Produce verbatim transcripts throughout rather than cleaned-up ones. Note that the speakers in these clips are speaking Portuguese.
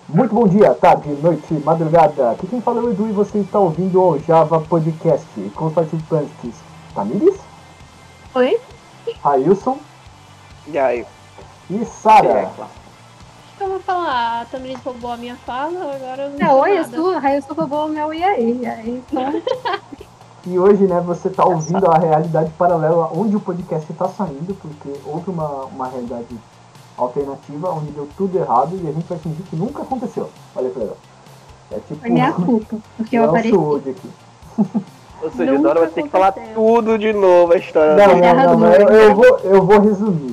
Muito bom dia, tarde, noite, madrugada. Aqui quem fala é o Edu e você está ouvindo o Java Podcast com os participantes Tamires, Oi? Railson E aí? e Sara. O que eu vou falar? A Tamiris roubou a minha fala, agora eu não É, sou oi, eu nada. sou, aí eu sou roubou o meu e aí, aí então, E hoje, né, você está ouvindo a realidade paralela onde o podcast está saindo, porque houve uma, uma realidade alternativa onde deu tudo errado e a gente vai fingir que nunca aconteceu. Olha que legal. É tipo foi minha culpa, porque eu Nelson apareci. Wood aqui. Ou seja, Nunca Dora vai ter que falar aconteceu. tudo de novo a história Não, dele. não, não, mas eu, eu, vou, eu vou resumir.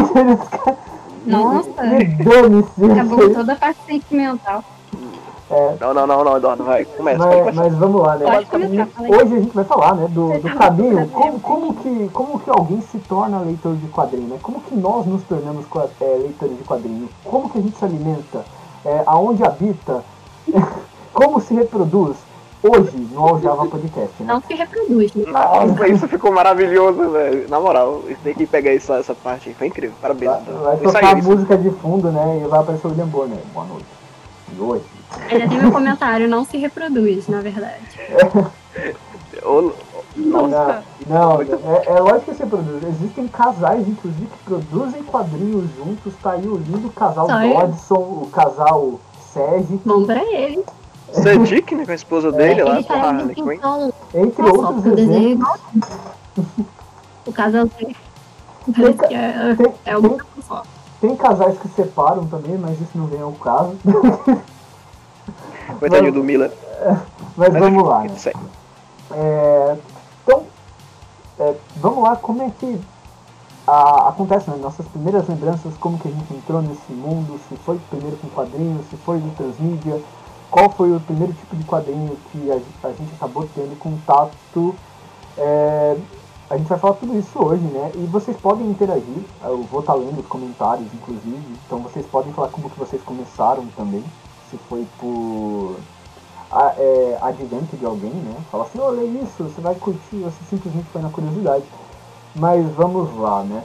Nossa, Me dane-se. acabou toda a parte sentimental. É, Não, não, não, não, Eduardo, vai, começa, pode mas, começar. mas vamos lá, né? Pode começar, fala aí. Hoje a gente vai falar, né, do, do tava caminho, fazendo. como, como, que, como que alguém se torna leitor de quadrinho, né? Como que nós nos tornamos qua- é, leitores de quadrinho? Como que a gente se alimenta? É, aonde habita? Como se reproduz? Hoje, no All Java Podcast, né? Não se reproduz, né? Nossa, isso ficou maravilhoso, velho. Na moral, tem que pegar essa, essa parte aí, foi incrível, parabéns. Vai, Eduardo. vai Isso tocar aí, a isso. música de fundo, né? E vai aparecer o William Bonner. Boa noite. E hoje. Ainda tem meu comentário, não se reproduz, na verdade. Ô, Nossa, Não, não é, é lógico que você produz. Existem casais, inclusive, que produzem quadrinhos juntos. Tá aí o lindo casal Só eu? Dodson, o casal Sérgio, Bom pra ele. Cedric, né, com a esposa dele lá, Ele com a tá Harley indo Quinn. então, entre só outros porque eu desenho exemplos. igual. O casalzinho. Parece que é, Tem, é o tem, grupo só. tem casais que separam também, mas isso não vem ao caso. Coitadinho do Miller. Mas vamos lá, né? Isso aí. É, então, é, vamos lá, como é que a, acontece, né? Nossas primeiras lembranças, como que a gente entrou nesse mundo, se foi primeiro com quadrinhos, se foi de transmídia, qual foi o primeiro tipo de quadrinho que a, a gente acabou tendo contato. É, a gente vai falar tudo isso hoje, né? E vocês podem interagir, eu vou estar lendo os comentários, inclusive, então vocês podem falar como que vocês começaram também, se foi por a, é, advento de alguém, né? Fala assim, olha isso, você vai curtir, você simplesmente foi na curiosidade. Mas vamos lá, né?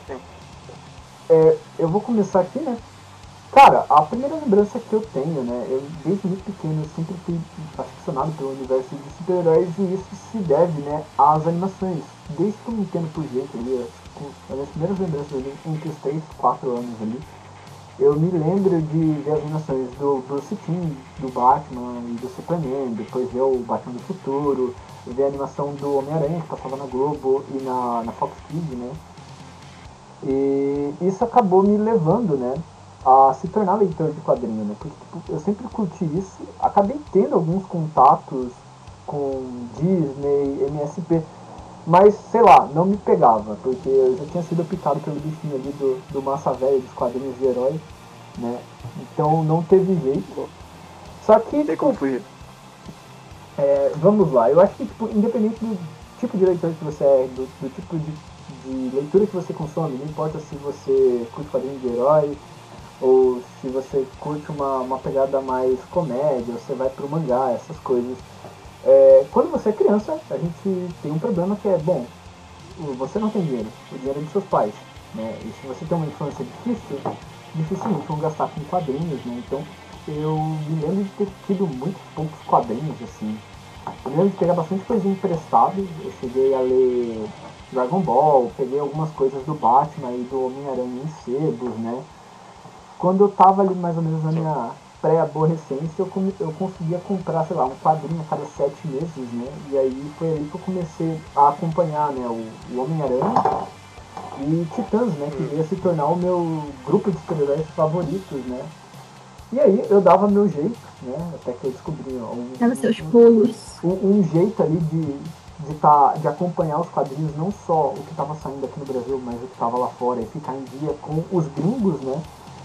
É, eu vou começar aqui, né? Cara, a primeira lembrança que eu tenho, né? Eu, desde muito pequeno, eu sempre fui aficionado pelo universo de super-heróis e isso se deve, né, às animações. Desde que eu me entendo por jeito ali, com as minhas primeiras lembranças ali, entre os três e quatro anos ali, eu me lembro de ver as animações do Bruce Timm, do Batman e do Superman, depois ver o Batman do Futuro, ver a animação do Homem-Aranha que passava na Globo e na, na Fox Kids, né? E isso acabou me levando, né, a se tornar leitor de quadrinho, né? Porque tipo, eu sempre curti isso, acabei tendo alguns contatos com Disney, M S P, mas sei lá, não me pegava, porque eu já tinha sido picado pelo bichinho ali do, do massa velho dos quadrinhos de herói, né? Então não teve jeito. Só que, Não tem como tipo, fugir. é, vamos lá, eu acho que tipo, independente do tipo de leitor que você é, do, do tipo de, de leitura que você consome, não importa se você curte quadrinhos de herói, ou se você curte uma, uma pegada mais comédia, você vai pro mangá, essas coisas. É, quando você é criança, a gente tem um problema que é, bom, você não tem dinheiro, o dinheiro é de seus pais, né? E se você tem uma infância difícil, dificilmente vão gastar com quadrinhos, né? Então, eu me lembro de ter tido muito poucos quadrinhos, assim. Eu me lembro de pegar bastante coisa emprestada, eu cheguei a ler Dragon Ball, peguei algumas coisas do Batman e do Homem-Aranha em sebos, né? Quando eu tava ali mais ou menos na minha pré-aborrecência, eu, com, eu conseguia comprar, sei lá, um quadrinho a cada sete meses, né? E aí foi aí que eu comecei a acompanhar, né, o, o Homem-Aranha e Titãs, né, que veio se tornar o meu grupo de super-heróis favoritos, né? E aí eu dava meu jeito, né, até que eu descobri ó, um, Dava seus pulos. um, um jeito ali de, de, tá, de acompanhar os quadrinhos, não só o que estava saindo aqui no Brasil, mas o que estava lá fora, e ficar em dia com os gringos, né?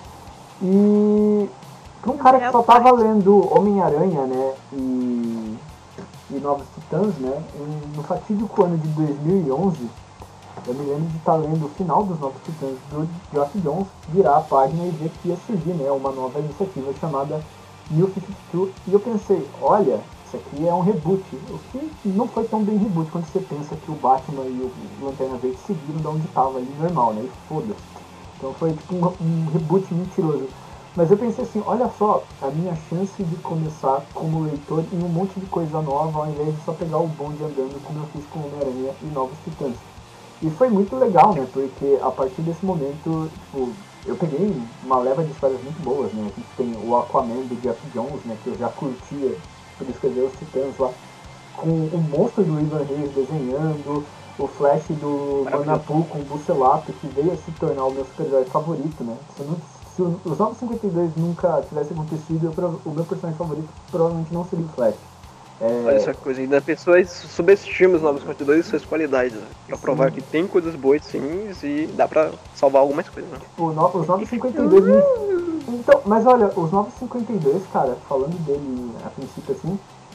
E para um cara que só tava lendo Homem-Aranha, né, e, e Novos Titãs, né, em, no fatídico ano de dois mil e onze, eu me lembro de estar lendo o final dos Novos Titãs do Geoff Johns, virar a página e ver que ia surgir, né, uma nova iniciativa chamada New cinquenta e dois, e eu pensei, olha, isso aqui é um reboot, o que não foi tão bem reboot quando você pensa que o Batman e o Lanterna Verde seguiram de onde estava ali normal, né, e foda-se. Então foi tipo um, um reboot mentiroso. Mas eu pensei assim, olha só, a minha chance de começar como leitor em um monte de coisa nova, ao invés de só pegar o bonde andando como eu fiz com Homem-Aranha e Novos Titãs. E foi muito legal, né? Porque a partir desse momento, tipo, eu peguei uma leva de histórias muito boas, né? A gente tem o Aquaman do Jeff Jones, né? Que eu já curtia por escrever os Titãs lá. Com o monstro do Ivan Reis desenhando, o Flash do Manapu com o Bucelato, que veio a se tornar o meu super-herói favorito, né? Se, não, se os Novos cinquenta e dois nunca tivesse acontecido, eu, o meu personagem favorito provavelmente não seria o Flash. É... Olha essa coisa, ainda pessoas subestimam os Novos cinquenta e dois e suas qualidades, né? Pra Sim. provar que tem coisas boas sim e dá pra salvar algumas coisas, né? Tipo, os Novos cinquenta e dois... Então, mas olha, os Novos cinquenta e dois, cara, falando dele a princípio assim,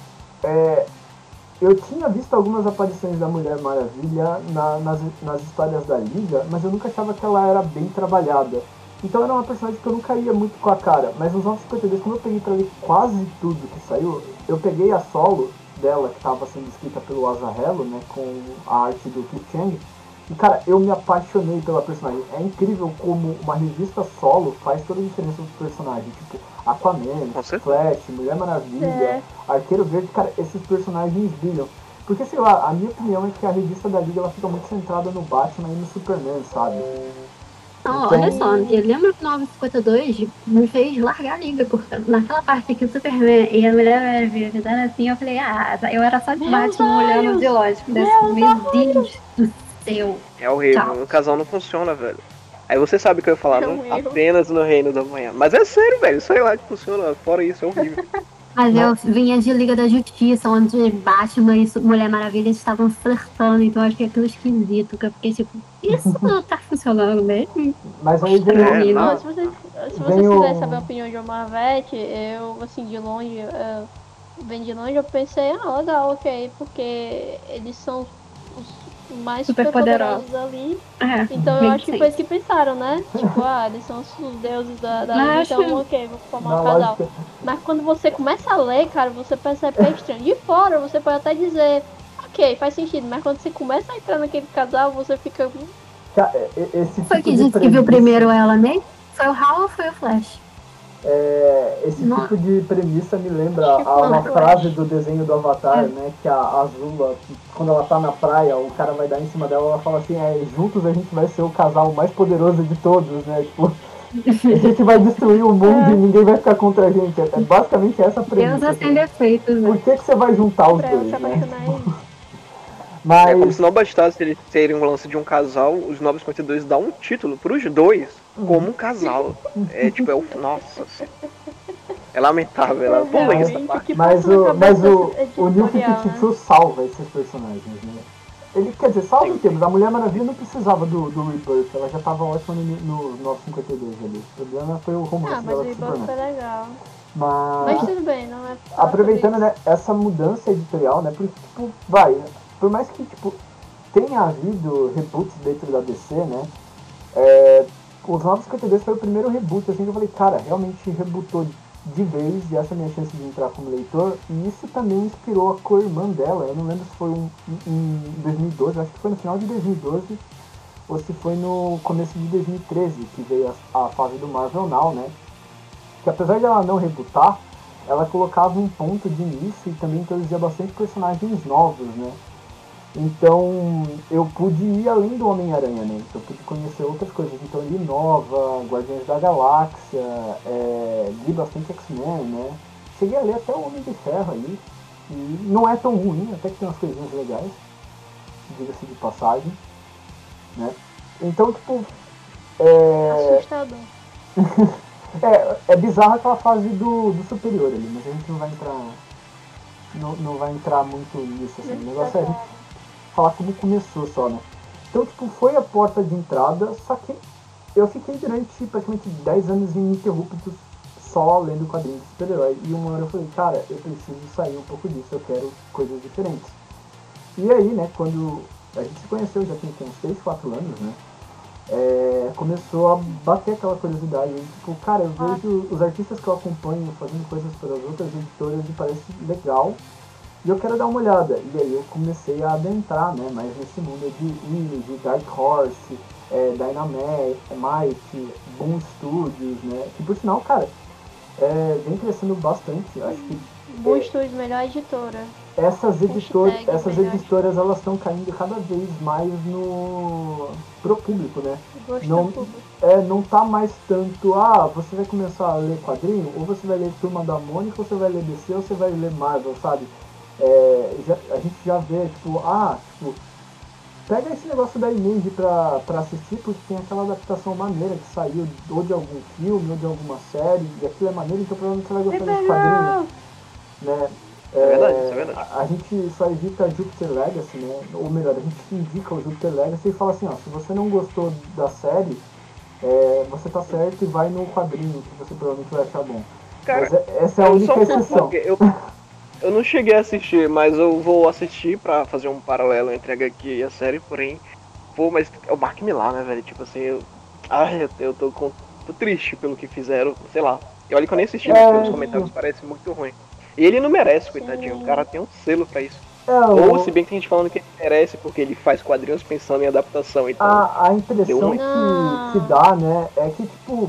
é... eu tinha visto algumas aparições da Mulher Maravilha na, nas, nas histórias da Liga, mas eu nunca achava que ela era bem trabalhada. Então era uma personagem que eu nunca ia muito com a cara. Mas nos Novos cinquenta e dois, quando eu peguei pra ler quase tudo que saiu, eu peguei a solo dela, que estava sendo escrita pelo Azzarello, né, com a arte do Cliff Chiang. E cara, eu me apaixonei pela personagem. É incrível como uma revista solo faz toda a diferença dos personagens. Tipo, Aquaman, Flash, Mulher Maravilha, É. Arqueiro Verde, cara, esses personagens brilham. Porque, sei lá, a minha opinião é que a revista da Liga ela fica muito centrada no Batman e no Superman, sabe? Não, Então- olha só, eu lembro que o nove cinquenta e dois me fez largar a liga, porque naquela parte que o Superman e a Mulher Maravilha fizeram assim, eu falei, ah, eu era só de Meus Batman olhando olhos! de lógico. Desse, Meus meu Deus do céu. É horrível, Tchau. o casal não funciona, velho. Aí você sabe o que eu ia falar, É não? um erro. Apenas no Reino da Manhã. Mas é sério, velho, sei lá que funciona, fora isso, é horrível. Mas Não. eu vinha de Liga da Justiça, onde Batman e Mulher Maravilha estavam flertando, então eu achei aquilo esquisito, que eu fiquei tipo, isso não tá funcionando mesmo? Mas aí vem É, o... não. Não, se vocês, se Vem vocês o- quiserem saber a opinião de uma Marvete, eu, assim, de longe, eu, bem de longe, eu pensei, ah, legal, ok, porque eles são os mais Super superpoderosos ali. É, Então eu make acho que sense. foi isso que pensaram, né? Tipo, ah, eles são os deuses da, da Mas Liga, acho então que- ok, vou formar Na um casal. lógica... Mas quando você começa a ler, cara, você percebe que é estranho. De fora, você pode até dizer, ok, faz sentido, mas quando você começa a entrar naquele casal, você fica. Ca- e- Esse Foi tipo que de disse que viu premissa- primeiro ela mesmo? Foi o Hal ou foi o Flash? É, esse Não. tipo de premissa me lembra Tipo, a, uma eu frase acho. do desenho do Avatar, É. né? Que a Azula, quando ela tá na praia, o cara vai dar em cima dela, ela fala assim, é, juntos a gente vai ser o casal mais poderoso de todos, né? Tipo, a gente vai destruir o mundo É. e ninguém vai ficar contra a gente. É, é basicamente essa a Deus premissa. é sem defeitos, né? Por que, que você vai juntar os Pra ela dois, se né? apaixonar é isso. Mas, É como se não bastasse eles serem um lance de um casal, os Novos cinquenta e dois dá um título pros dois como um casal. É tipo, é o. Nossa. É lamentável, é lamentável. Pulei essa Realmente, parte. que mas, passa na o, mas cabeça o, desse o Neil editorial, Fifty né? salva esses personagens, né? Ele, quer dizer, salva Sim. em termos. A Mulher Maravilha não precisava do, do Rebirth, ela já estava ótima no, no nove cinquenta e dois ali. O problema foi o romance Ah, mas dela o com o Rebirth Superman. foi legal. Mas, Mas tudo bem, não é. falar aproveitando, sobre né, essa mudança editorial, né, porque, tipo, vai, né, por mais que, tipo, tenha havido reboots dentro da D C, né, é, os Novos cinquenta e dois foi o primeiro reboot, assim, que eu falei, cara, realmente rebootou de vez, e essa é a minha chance de entrar como leitor, e isso também inspirou a co-irmã dela, eu não lembro se foi um, em dois mil e doze, acho que foi no final de dois mil e doze, ou se foi no começo de dois mil e treze, que veio a, a fase do Marvel Now, né, que apesar de ela não rebutar, ela colocava um ponto de início e também introduzia bastante personagens novos, né? Então eu pude ir além do Homem-Aranha, né? Eu pude conhecer outras coisas. Então eu li Nova, Guardiões da Galáxia, é, li bastante X-Men, né? Cheguei a ler até o Homem de Ferro ali. E não é tão ruim, até que tem umas coisinhas legais, diga-se de passagem, né? Então, tipo, é, Assustador. é, é bizarro aquela fase do, do superior ali, mas a gente não vai entrar. Não, não vai entrar muito nisso, assim. O negócio é a gente falar como começou só, né? Então, tipo, foi a porta de entrada, só que eu fiquei durante praticamente dez anos ininterruptos só lendo quadrinhos de super-herói. E uma hora eu falei, cara, eu preciso sair um pouco disso, eu quero coisas diferentes. E aí, né, quando a gente se conheceu, já tem uns três, quatro anos, né? É, começou a bater aquela curiosidade, e, tipo, cara, eu vejo os artistas que eu acompanho fazendo coisas para as outras editoras e parece legal, e eu quero dar uma olhada. E aí eu comecei a adentrar, né, mais nesse mundo de Image, Dark Horse, é, Dynamite, Boom Studios, né? Que por sinal, cara, é, vem crescendo bastante. Acho que Boom Studios, melhor editora. essas, editor, Hashtag essas melhor. editoras elas estão caindo cada vez mais no pro público, né? Gosto Não, do público. é, não tá mais tanto, ah, você vai começar a ler quadrinho, ou você vai ler Turma da Mônica, ou você vai ler D C, ou você vai ler Marvel, sabe? É, já, a gente já vê, tipo, ah, tipo, pega esse negócio da Image pra, pra assistir, porque tem aquela adaptação maneira que saiu ou de algum filme, ou de alguma série, e aquilo é maneiro, então provavelmente você vai gostar desse quadrinho, né? É verdade, isso é verdade. A, a gente só evita Jupiter Legacy, né? Ou melhor, a gente indica o Jupiter Legacy e fala assim, ó, se você não gostou da série, é, você tá certo e vai no quadrinho, que você provavelmente vai achar bom. Cara, Mas é, essa é a eu única só exceção. porque eu, eu não cheguei a assistir, mas eu vou assistir pra fazer um paralelo entre a H Q e a série, porém, pô, mas é o Mark Millar, né, velho? Tipo assim, eu. Ai, eu, eu tô, com, tô triste pelo que fizeram, sei lá. E olha que eu nem assisti, mas É, pelos comentários parece muito ruim. E ele não merece, Sim. coitadinho. O cara tem um selo pra isso. É, Ou o- se bem que tem gente falando que ele merece porque ele faz quadrinhos pensando em adaptação, então. a, a Deu impressão ruim. que, que dá, né, é que, tipo,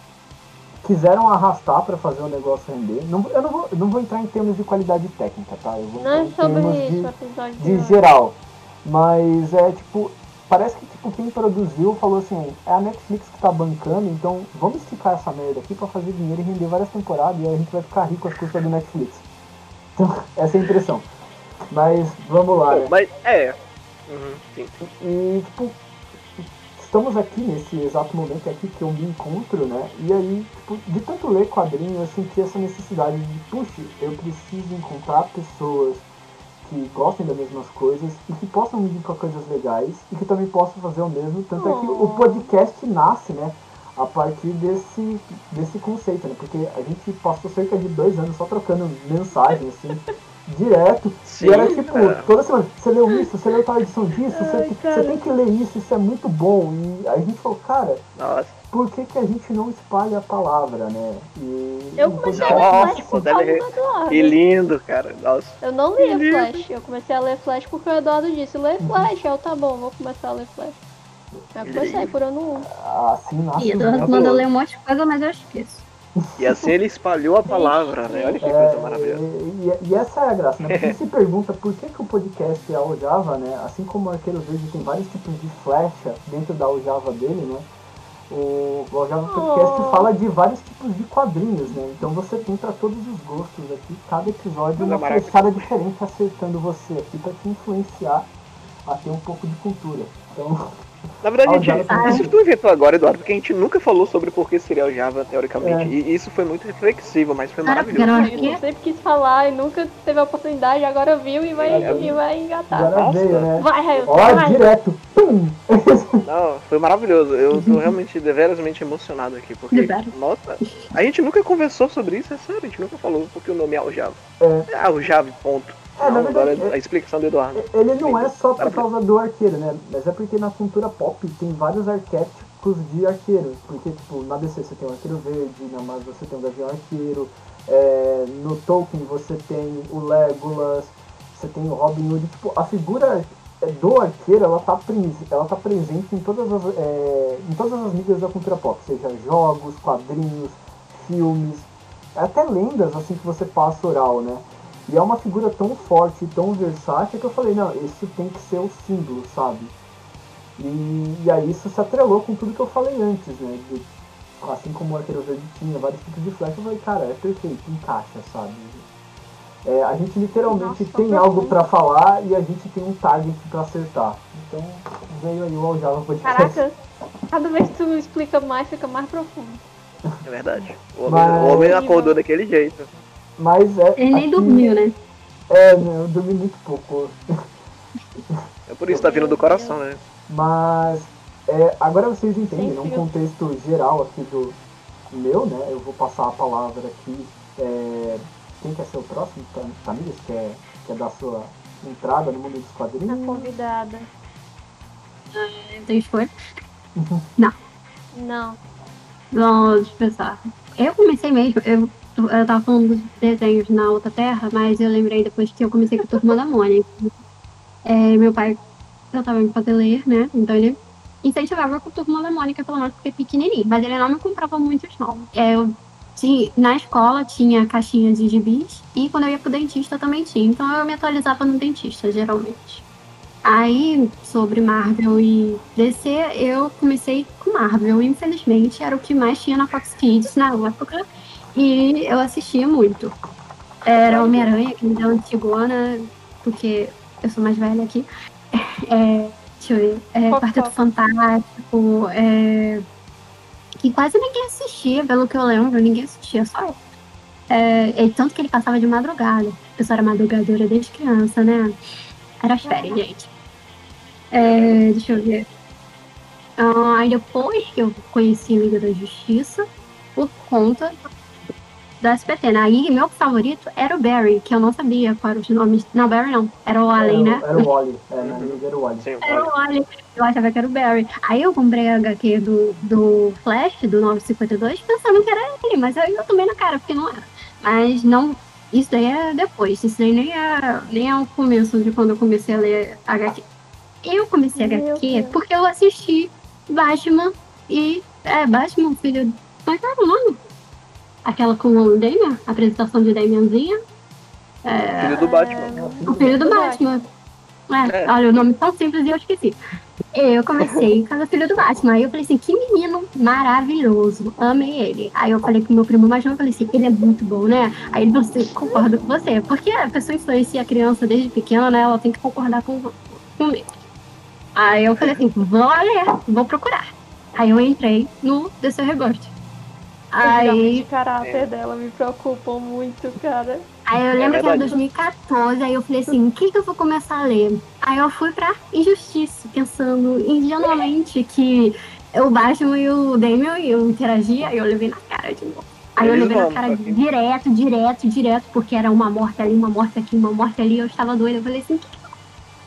quiseram arrastar pra fazer o negócio render. Não, eu não vou, eu não vou entrar em termos de qualidade técnica, tá? Eu vou Não é entrar em sobre termos isso o de, episódio de de hoje. geral. Mas é, tipo, parece que, tipo, quem produziu falou assim, é a Netflix que tá bancando, então vamos esticar essa merda aqui pra fazer dinheiro e render várias temporadas, e aí a gente vai ficar rico às custas do Netflix. Então, essa é a impressão. Mas, vamos lá, Bom, né? mas é. Uhum, sim. E, tipo, estamos aqui nesse exato momento aqui que eu me encontro, né? E aí, tipo, de tanto ler quadrinho, eu senti essa necessidade de, puxa, eu preciso encontrar pessoas que gostem das mesmas coisas e que possam me indicar coisas legais e que também possam fazer o mesmo. Tanto é que o podcast nasce, né? A partir desse, desse conceito, né? Porque a gente passou cerca de dois anos só trocando mensagens, assim, direto. Sim, E era tipo, cara. toda semana, você leu isso, você leu tal edição disso, você, Ai, você cara. tem que ler isso, isso é muito bom. E aí a gente falou, cara, Nossa. por que, que a gente não espalha a palavra, né? E Eu no comecei a podcast ler Nossa, Flash por deve- causa do Eduardo. Que lindo, cara. Nossa. Eu não lia Flash, eu comecei a ler Flash porque o Eduardo disse, lê Flash, eu tá bom, vou começar a ler Flash. Aí eu comecei por ano um. assim nasce E eu o tô mundo. manda ler um monte de coisa, mas eu esqueço. E assim ele espalhou a palavra, né? Olha que coisa maravilhosa. É, e, e essa é a graça, né? Porque se pergunta por que, que o podcast é a Aljava, né? Assim como o Arqueiro Verde tem vários tipos de flecha dentro da Aljava dele, né? O, o Aljava Podcast Oh. fala de vários tipos de quadrinhos, né? Então você tem pra todos os gostos aqui, cada episódio Coisa uma maravilhosa. flechada diferente acertando você aqui pra te influenciar a ter um pouco de cultura. Então, Na verdade, a Aljava gente, tem isso tudo. tu inventou agora, Eduardo, porque a gente nunca falou sobre por que seria o Java, teoricamente. É. E isso foi muito reflexivo, mas foi Ah, maravilhoso. era o Eu quê? sempre quis falar e nunca teve a oportunidade, agora viu e vai, É, e vai engatar. agora Nossa. veio, né? Vai, Raio, Ó, vai. direto! Pum! Não, foi maravilhoso. Eu tô realmente deverasmente emocionado aqui, porque, Deveras. nossa, a gente nunca conversou sobre isso, é sério, a gente nunca falou porque o nome é Aljava. É. É Aljava, ponto. É, na Não, agora verdade, a explicação do Eduardo. Ele não é só por Maravilhoso. causa do arqueiro, né? Mas é porque na cultura pop tem vários arquétipos de arqueiro. Porque, tipo, na D C você tem o arqueiro verde, na Marvel você tem o Gavião Arqueiro, é, no Tolkien você tem o Legolas, você tem o Robin Hood. Tipo, a figura do arqueiro, ela tá, pres- ela tá presente em todas, as, é, em todas as mídias da cultura pop. Seja jogos, quadrinhos, filmes, até lendas, assim, que você passa oral, né? E é uma figura tão forte e tão versátil que eu falei, não, isso tem que ser o símbolo, sabe? E, e aí isso se atrelou com tudo que eu falei antes, né? De, assim como o Arqueiro Verde tinha vários tipos de flecha, eu falei, cara, é perfeito, encaixa, sabe? É, a gente literalmente Nossa, tem profundo. algo pra falar e a gente tem um target pra acertar. Então veio aí o Aljava Podcast. Caraca, cada vez que tu explica mais, fica mais profundo. É verdade. O homem, Mas- o homem acordou daquele jeito. Mas é. Ele nem aqui- dormiu, né? É, né, eu dormi muito pouco. É por isso que tá vindo do coração, né? Mas é, agora vocês entendem, Sem num fio. contexto geral aqui do meu, né? Eu vou passar a palavra aqui. É, quem quer ser o próximo? Tam- Tamires, quer, quer dar sua entrada no mundo dos A quadrinhos? convidada. Tem escolha? Não. Vamos pensar. Eu comecei mesmo, eu, eu tava falando dos desenhos na outra terra, mas eu lembrei depois que eu comecei com a Turma da Mônica. É, meu pai tentava me fazer ler, né? Então ele incentivava com a Turma da Mônica, pelo menos porque é pequenininho, mas ele não me comprava muitos, não. É, eu tinha, na escola tinha caixinha de gibis e quando eu ia pro dentista também tinha, então eu me atualizava no dentista, geralmente. Aí, sobre Marvel e D C, eu comecei com Marvel, infelizmente, era o que mais tinha na Fox Kids na época, e eu assistia muito. Era Homem-Aranha, que me deu antigona, porque eu sou mais velha aqui. É, deixa eu ver. É, Fofoca. Quarteto Fantástico. É, que quase ninguém assistia, pelo que eu lembro. Ninguém assistia, só eu. É, e tanto que ele passava de madrugada. A pessoa era madrugadora desde criança, né? Era as férias, gente. É, deixa eu ver. Ah, aí depois que eu conheci a Liga da Justiça, por conta do S B T, né? Aí meu favorito era o Barry, que eu não sabia qual era os nomes. Não, Barry não. Era o Allen, né? Era o Wally. É, na Liga era o Wally. Sim, Era o Wally. Eu achava que era o Barry. Aí eu comprei a H Q do, do Flash, do novecentos e cinquenta e dois, pensando que era ele, mas aí eu tomei na cara, porque não era. Mas não. Isso daí é depois. Isso daí nem é, nem é o começo de quando eu comecei a ler H Q. Eu comecei a Meu H Q Deus. porque eu assisti Batman e. É, Batman, filho. Como é que era o nome? Aquela com o Damian, a apresentação de Damianzinha. Filho do Batman. O filho do Batman. É, É. olha, o nome tão simples e eu esqueci. Eu comecei com o filho do Batman. Aí eu falei assim, que menino maravilhoso. Amei ele. Aí eu falei com meu primo mais novo, eu falei assim, ele é muito bom, né? Aí ele falou assim, concordo com você. Porque a pessoa influencia a criança desde pequena, né? Ela tem que concordar com, com ele. Aí eu falei assim, vou ler, vou procurar. Aí eu entrei no D C Rebirth. Aí... Aí, O caráter dela me preocupa muito, cara. aí eu lembro É que era verdade. dois mil e quatorze, aí eu falei assim, o que que eu vou começar a ler? Aí eu fui pra Injustiça, pensando ingenuamente que o Batman e o Damian iam interagir, aí eu levei na cara de novo. Aí eu Eles levei na vão, cara só que- direto, direto, direto, porque era uma morte ali, uma morte aqui, uma morte ali, eu estava doida, eu falei assim, que que eu...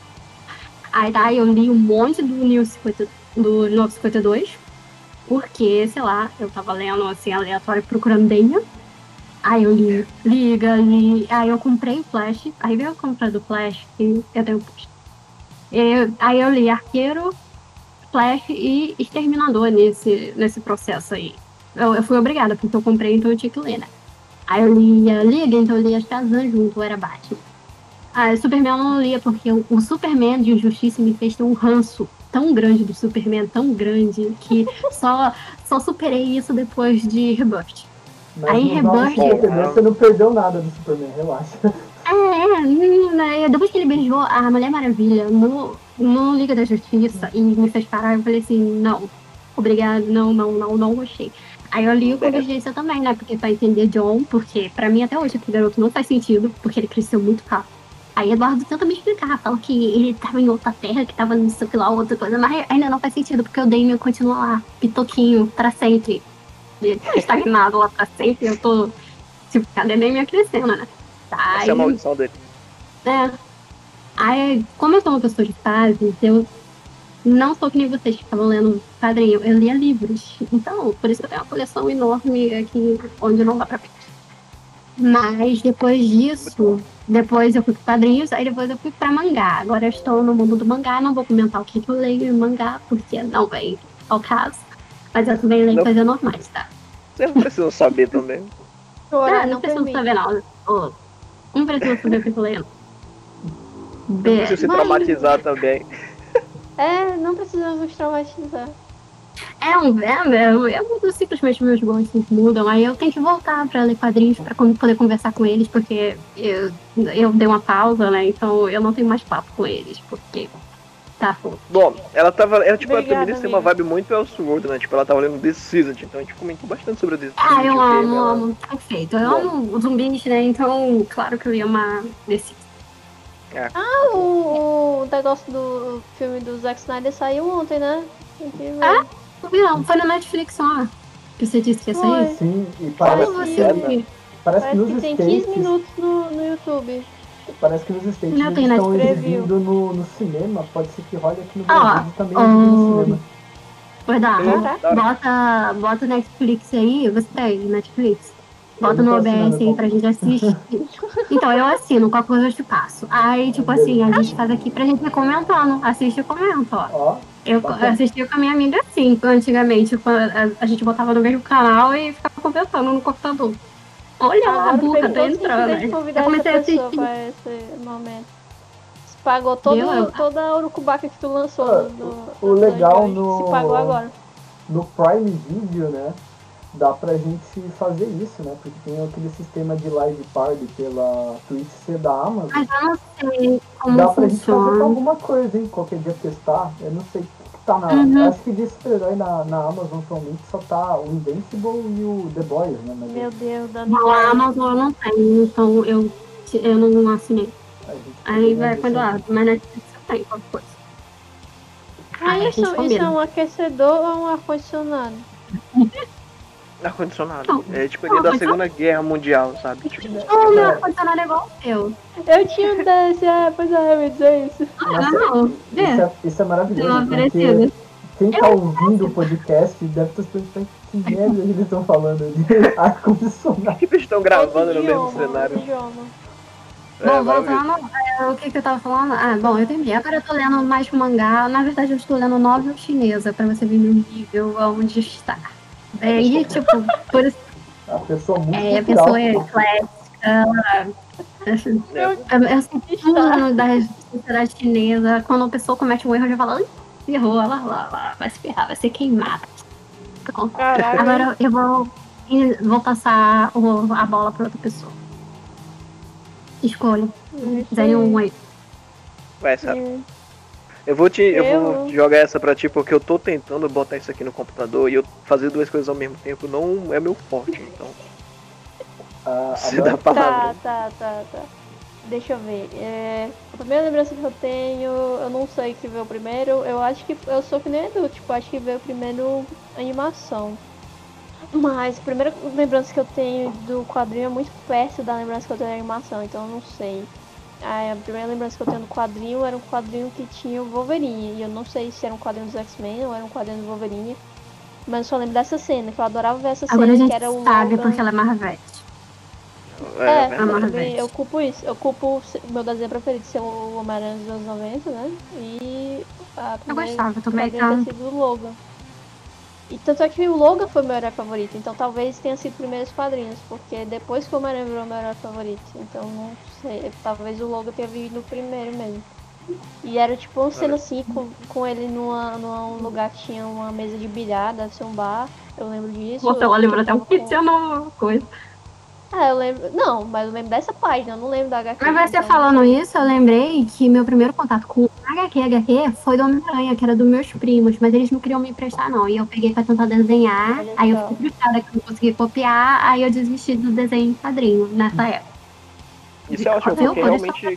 Aí tá, eu li um monte do New cinquenta, do novecentos e cinquenta e dois, porque, sei lá, eu tava lendo assim, aleatório, procurando Damian. Aí eu li Liga, li. Aí eu comprei o Flash. Aí veio a compra do Flash e eu dei um post. Eu- Aí eu li Arqueiro, Flash e Exterminador nesse, nesse processo aí. Eu, eu fui obrigada, porque eu comprei, então eu tinha que ler, né? Aí eu li a Liga, então eu li as Shazam junto, eu era Batman. Ah, Superman eu não lia, porque o, o Superman de Injustiça me fez ter um ranço tão grande do Superman, tão grande, que só, só superei isso depois de Rebirth. Mas Aí no Rebirth- novecentos e cinquenta e dois você não perdeu nada do Superman, relaxa. É, é, hum, né, depois que ele beijou a Mulher Maravilha no, no Liga da Justiça e me fez parar, eu falei assim, não, obrigado, não, não, não, não gostei. Aí eu li o Convergência também, né, porque pra entender John, porque pra mim até hoje aquele garoto não faz sentido, porque ele cresceu muito rápido. Aí Eduardo tenta me explicar, fala que ele tava em outra terra, que tava não sei o que lá, outra coisa, mas ainda não faz sentido, porque o Damian continua lá, pitoquinho, pra sempre. Ele tá estagnado lá pra sempre, eu tô, tipo, cadê Damian crescendo, né? Tá, Essa é a aí- maldição dele. é. Aí, como eu sou uma pessoa de fases, eu não sou que nem vocês que estavam lendo quadrinho, eu lia livros. Então, por isso que eu tenho uma coleção enorme aqui onde não dá pra ver. Mas depois disso, depois eu fui para quadrinhos, aí depois eu fui pra mangá. Agora eu estou no mundo do mangá, não vou comentar o que, que eu leio em mangá, porque não vem ao caso. Mas eu também leio Não. coisas normais, tá? Vocês não precisam saber também. Chorar Ah, não não preciso permite. saber, não. Ô, não preciso saber o que eu tô lendo. Não Be- precisa se Mas- traumatizar também. É, não precisamos nos traumatizar. É um verbo, eu, eu simplesmente meus gostos mudam, aí eu tenho que voltar pra ler quadrinhos pra com- poder conversar com eles, porque eu, eu dei uma pausa, né? Então eu não tenho mais papo com eles, porque tá foda. Bom, ela tava. Ela, tipo, Obrigada, a Feminista tem uma amigo. vibe muito Elseworld, né? Tipo, ela tava lendo The Season, então a gente comentou bastante sobre The Season. Ah, eu que amo, ela- amo, perfeito. Eu Bom. amo os zumbis, né? Então, claro que eu ia amar desse. Ah, o, o negócio do filme do Zack Snyder saiu ontem, né? Tem que ver. Ah? Não, foi na Netflix ó. Que você disse que ia sair? Foi. Sim, e Como parece, Parece você que é, viu? parece que Parece nos que tem States, quinze minutos no, no YouTube. parece que nos States Não eles tem estão Netflix. exibindo no, no cinema, pode ser que role aqui no Ah, Brasil também ah, exibindo no cinema. Vai dar. Sim, tá. Bota, bota Netflix aí, você tem Netflix? Bota Eu não no tô O B S assinando, aí pra gente assistir. Então, eu assino, qualquer coisa eu te passo. Aí, tipo assim, a gente faz aqui pra gente ir comentando. Assiste e comenta, ó. Ó, Eu Bacana. assistia com a minha amiga assim, antigamente. quando A, a gente botava no mesmo canal e ficava conversando no computador. Olha lá, a Agora Buca fez tá todo sentido a entrando. gente Aí convidar eu essa comecei a pessoa assistir. pra esse momento. Se pagou Viu? todo, Eu- toda a urucubaca que tu lançou Ah, do, do, o do legal dois de hoje. Se pagou no, agora. no Prime Video, né? Dá pra gente fazer isso, né? Porque tem aquele sistema de live party pela Twitch ser da Amazon. Mas eu não sei como Dá pra gente fazer com funciona. alguma coisa, hein? Qualquer dia testar. Eu não sei o que, que tá na. Uhum. Acho que de super-herói na, na Amazon atualmente só tá o Invincible e o The Boys, né? Mas Meu Deus, dando Não, a ideia. Amazon eu não tenho, então eu, eu não assinei. a gente Aí poderia vai ver quando se- abre, mas Netflix eu tenho qualquer coisa. Ah, Aí a isso, gente isso é combina. um aquecedor ou um ar-condicionado? Ar-condicionado. Não, É tipo não, ali da mas Segunda Guerra Mundial, sabe? Tipo, O meu ar-condicionado é igual o seu. Eu tinha um desse, ah, pois é, eu ia dizer isso. Nossa, não, isso, é. é, isso é Deu maravilhoso, uma porque parecida. quem tá ouvindo o podcast deve estar pensando que merda eles estão falando de ar-condicionado. que eles estão gravando Outro no mesmo idioma, cenário. outro idioma. É, Bom, maravilhoso. voltando, é, o que que eu tava falando? Ah, bom, eu entendi. Agora eu tô lendo mais mangá. Na verdade, eu estou lendo novel chinesa, pra você ver no nível onde está. É, e, tipo, por isso, A pessoa muito é, a cultural. pessoa é eclética. Assim, É, Eu, eu, eu sempre Está. da sociedade chinesa, quando a pessoa comete um erro, eu já falo, "Ai, errou, lá, lá, lá, vai se ferrar, vai ser queimada." Pronto. Caralho. Agora eu vou, vou passar o- a bola pra outra pessoa. Escolha. Desenhe um aí. vai, sabe? Eu vou te. Eu Eu- vou jogar essa pra ti porque eu tô tentando botar isso aqui no computador e eu fazer duas coisas ao mesmo tempo não é meu forte, então. A, a Você minha- dá a Tá, palavra. tá, tá, tá. Deixa eu ver. É, a primeira lembrança que eu tenho, eu não sei que veio primeiro. Eu acho que eu sou que nem Edu, tipo, acho que veio primeiro animação. Mas a primeira lembrança que eu tenho do quadrinho é muito perto da lembrança que eu tenho da animação, então eu não sei. A primeira lembrança que eu tenho do quadrinho era um quadrinho que tinha o Wolverine. E eu não sei se era um quadrinho dos X-Men ou era um quadrinho do Wolverine. Mas eu só lembro dessa cena, que eu adorava ver essa Agora a cena, gente que era o sabe Logan. porque ela é Marvete. É, É, verdade. eu Marvel. também, eu culpo isso. Eu culpo o meu desenho preferido ser o Homem-Aranha dos anos noventa, né? E a Eu primeira gostava também, quadrinho tá? ter sido o Logan. E tanto é que o Logan foi meu herói favorito, então talvez tenha sido primeiros quadrinhos, porque depois que o Homem-Aranha virou meu herói favorito, então não sei, talvez o Logan tenha vindo primeiro mesmo. E era tipo uma cena assim, com, com ele numa, num lugar que tinha uma mesa de bilhar, deve ser um bar, eu lembro disso. Você ela lembra até um Tava com- kit uma coisa. Ah, eu lembro. Não, mas eu lembro dessa página, eu não lembro da H Q. Mas você então- falando isso, eu lembrei que meu primeiro contato com H Q H Q foi do Homem-Aranha, que era dos meus primos, mas eles não queriam me emprestar, não. E eu peguei pra tentar desenhar, Olha aí eu só. fiquei frustrada que eu não consegui copiar, aí eu desisti do desenho em quadrinho nessa época. Isso é ótimo, Viu? porque Olha realmente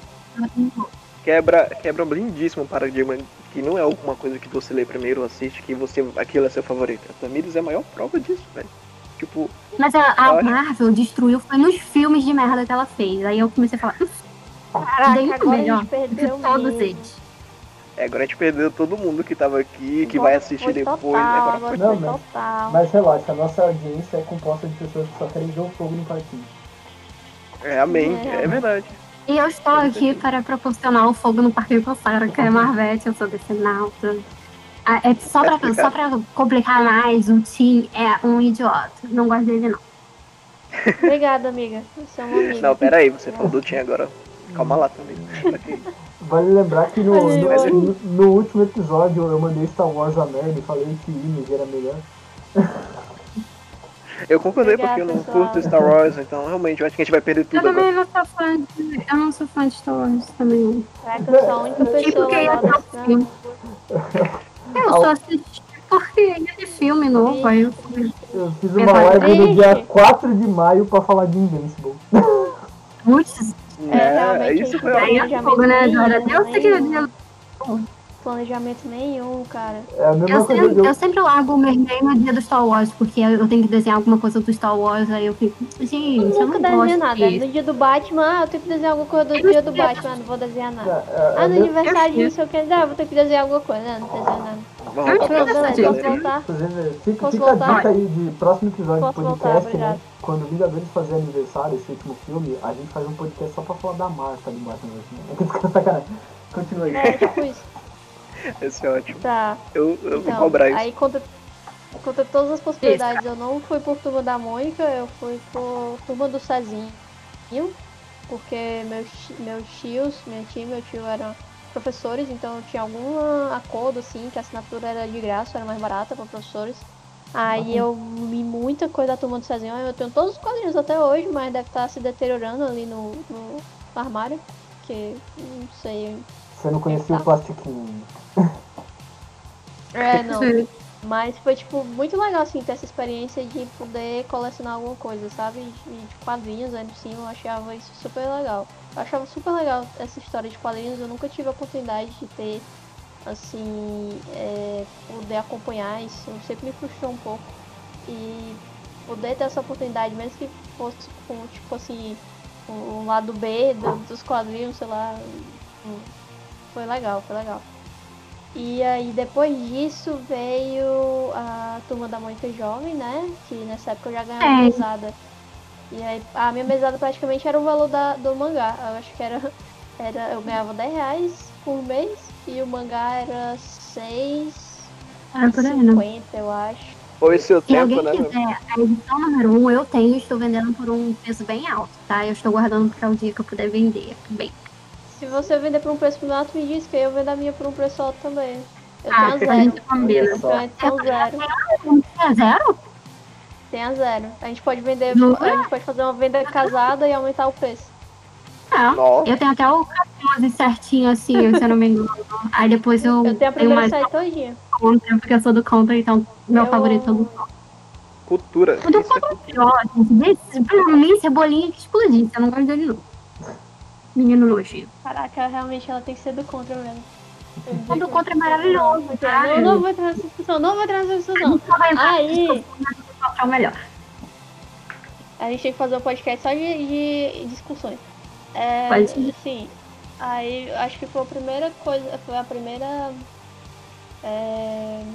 quebra, quebra um lindíssimo paradigma que não é alguma coisa que você lê primeiro ou assiste, que você, aquilo é seu favorito. A Tamires é a maior prova disso, velho. Tipo, Mas a, a Eu acho- Marvel destruiu foi nos filmes de merda que ela fez. Aí eu comecei a falar, "Uf, Caraca, bem agora a melhor gente do que perdeu todos mesmo. eles." é, agora a gente perdeu todo mundo que tava aqui, que Agora vai assistir foi depois. Total, Agora agora foi. Não, foi mas- total. Mas relaxa, a nossa audiência é composta de pessoas que só querem ver o fogo no parquinho. É, amém. É. É verdade. E eu estou aqui para proporcionar o fogo no Parque Cossara, que é Marvete, eu sou decenalta. Ah, é só Tá pra, explicado. só pra complicar mais, o Tim é um idiota. Não gosto dele, não. Obrigada, amiga. Você é uma amiga. Não, pera aí, você falou do Tim agora. Calma lá também. Ok. Vale lembrar que no, Ai, no, eu- no- no último episódio eu mandei Star Wars a merda e falei que Image era melhor. Eu concordei Obrigada, porque eu não pessoal. curto Star Wars, então realmente eu acho que a gente vai perder Eu tudo agora. também não sou fã de. Eu não sou fã de Star Wars também. Será que eu sou a única Tipo, pessoa que ia lá ter desse o filme. Eu Au. só assisti porque ia ter filme novo. Aí eu fui. Eu fiz uma Verdade. live no dia quatro de maio pra falar de Invincible. Putz, É, É, realmente isso a foi gente aí ótimo. é fogo, né, Dora? Deus sei que nenhum, eu, planejamento nenhum, cara. É a mesma eu, coisa sempre, de eu, eu sempre largo o meu e-mail no dia do Star Wars, porque eu tenho que desenhar alguma coisa do Star Wars, aí eu fico, gente, eu Nunca não desenho gosto nada. disso. No dia do Batman, ah, eu tenho que desenhar alguma coisa do dia do Batman, ah, não vou desenhar é, nada. é, Ah, é no me- aniversário de Eu não sei o que, ah, vou ter que desenhar alguma coisa. Não, não desenho nada. Vamos Eu pra tinha próxima, essa Beleza, posso galera. voltar? Inclusive, fica, Posso fica a voltar? dica aí de próximo episódio Posso de voltar, podcast, né? obrigada. Quando o Vingadores fazer aniversário, esse último filme, a gente faz um podcast só pra falar da marca do Batman. Né? Sacanagem. Continua aí. É, tipo isso. Esse é ótimo. Tá. Eu, eu vou Então, cobrar isso. aí conta, conta todas as possibilidades. Eu não fui por Turma da Mônica, eu fui por Turma do Cezinho. Porque meus, meus tios, minha tia e meu tio eram professores, então tinha algum acordo assim, que a assinatura era de graça, era mais barata para professores. Aí eu li muita coisa da Turma do Cezinho, eu tenho todos os quadrinhos até hoje, mas deve estar se deteriorando ali no, no armário, porque não sei. Você não conhecia o plastiquinho ainda. É, não. Mas foi, tipo, muito legal, assim, ter essa experiência de poder colecionar alguma coisa, sabe? De, de quadrinhos aí por cima, eu achava isso super legal. Eu achava super legal essa história de quadrinhos, eu nunca tive a oportunidade de ter, assim, é, poder acompanhar isso, sempre me frustrou um pouco. E poder ter essa oportunidade, mesmo que fosse com, tipo assim, um lado B do, dos quadrinhos, sei lá, foi legal, foi legal. E aí depois disso veio a Turma da Mônica Jovem, né? Que nessa época eu já ganhava É. mesada. E aí a minha mesada praticamente era o valor da, do mangá. Eu acho que era, era. Eu ganhava dez reais por mês e o mangá era seis Era e por aí, né? cinquenta, eu acho. Foi seu Se tempo, alguém né? meu? quiser a edição número um, eu tenho e estou vendendo por um preço bem alto, tá? Eu estou guardando para o dia que eu puder vender. Bem, Se você vender por um preço mais alto, me diz que eu vendo a minha por um preço alto também. Eu ah, tenho a a zero. gente combina. Olha só. Então é tem a zero. É zero? Tem a zero. A gente pode vender. Jura? A gente pode fazer uma venda casada e aumentar o preço. Não. Nossa. Eu tenho até o catorze certinho, assim, se eu não me engano. Aí depois eu, Eu tenho a tenho primeira mais série todinha. conta, porque eu sou do contra, então meu Eu- favorito é o do contra. Cultura. O do Isso é contra é cultura. pior, gente. Desse, pra mim, cebolinha que explodisse. Eu não gosto dele, não. Menino nojento. Caraca, realmente ela tem que ser do contra mesmo. Eu O do contra é maravilhoso, Não, tá? não, não vou entrar nessa discussão, não vou entrar nessa A discussão. gente só vai entrar nessa Aí, discussão, mas o contra é o melhor. a gente tem que fazer um podcast só de, de discussões. É, Pode ir. sim. Aí, acho que foi a primeira coisa, foi a primeira... É,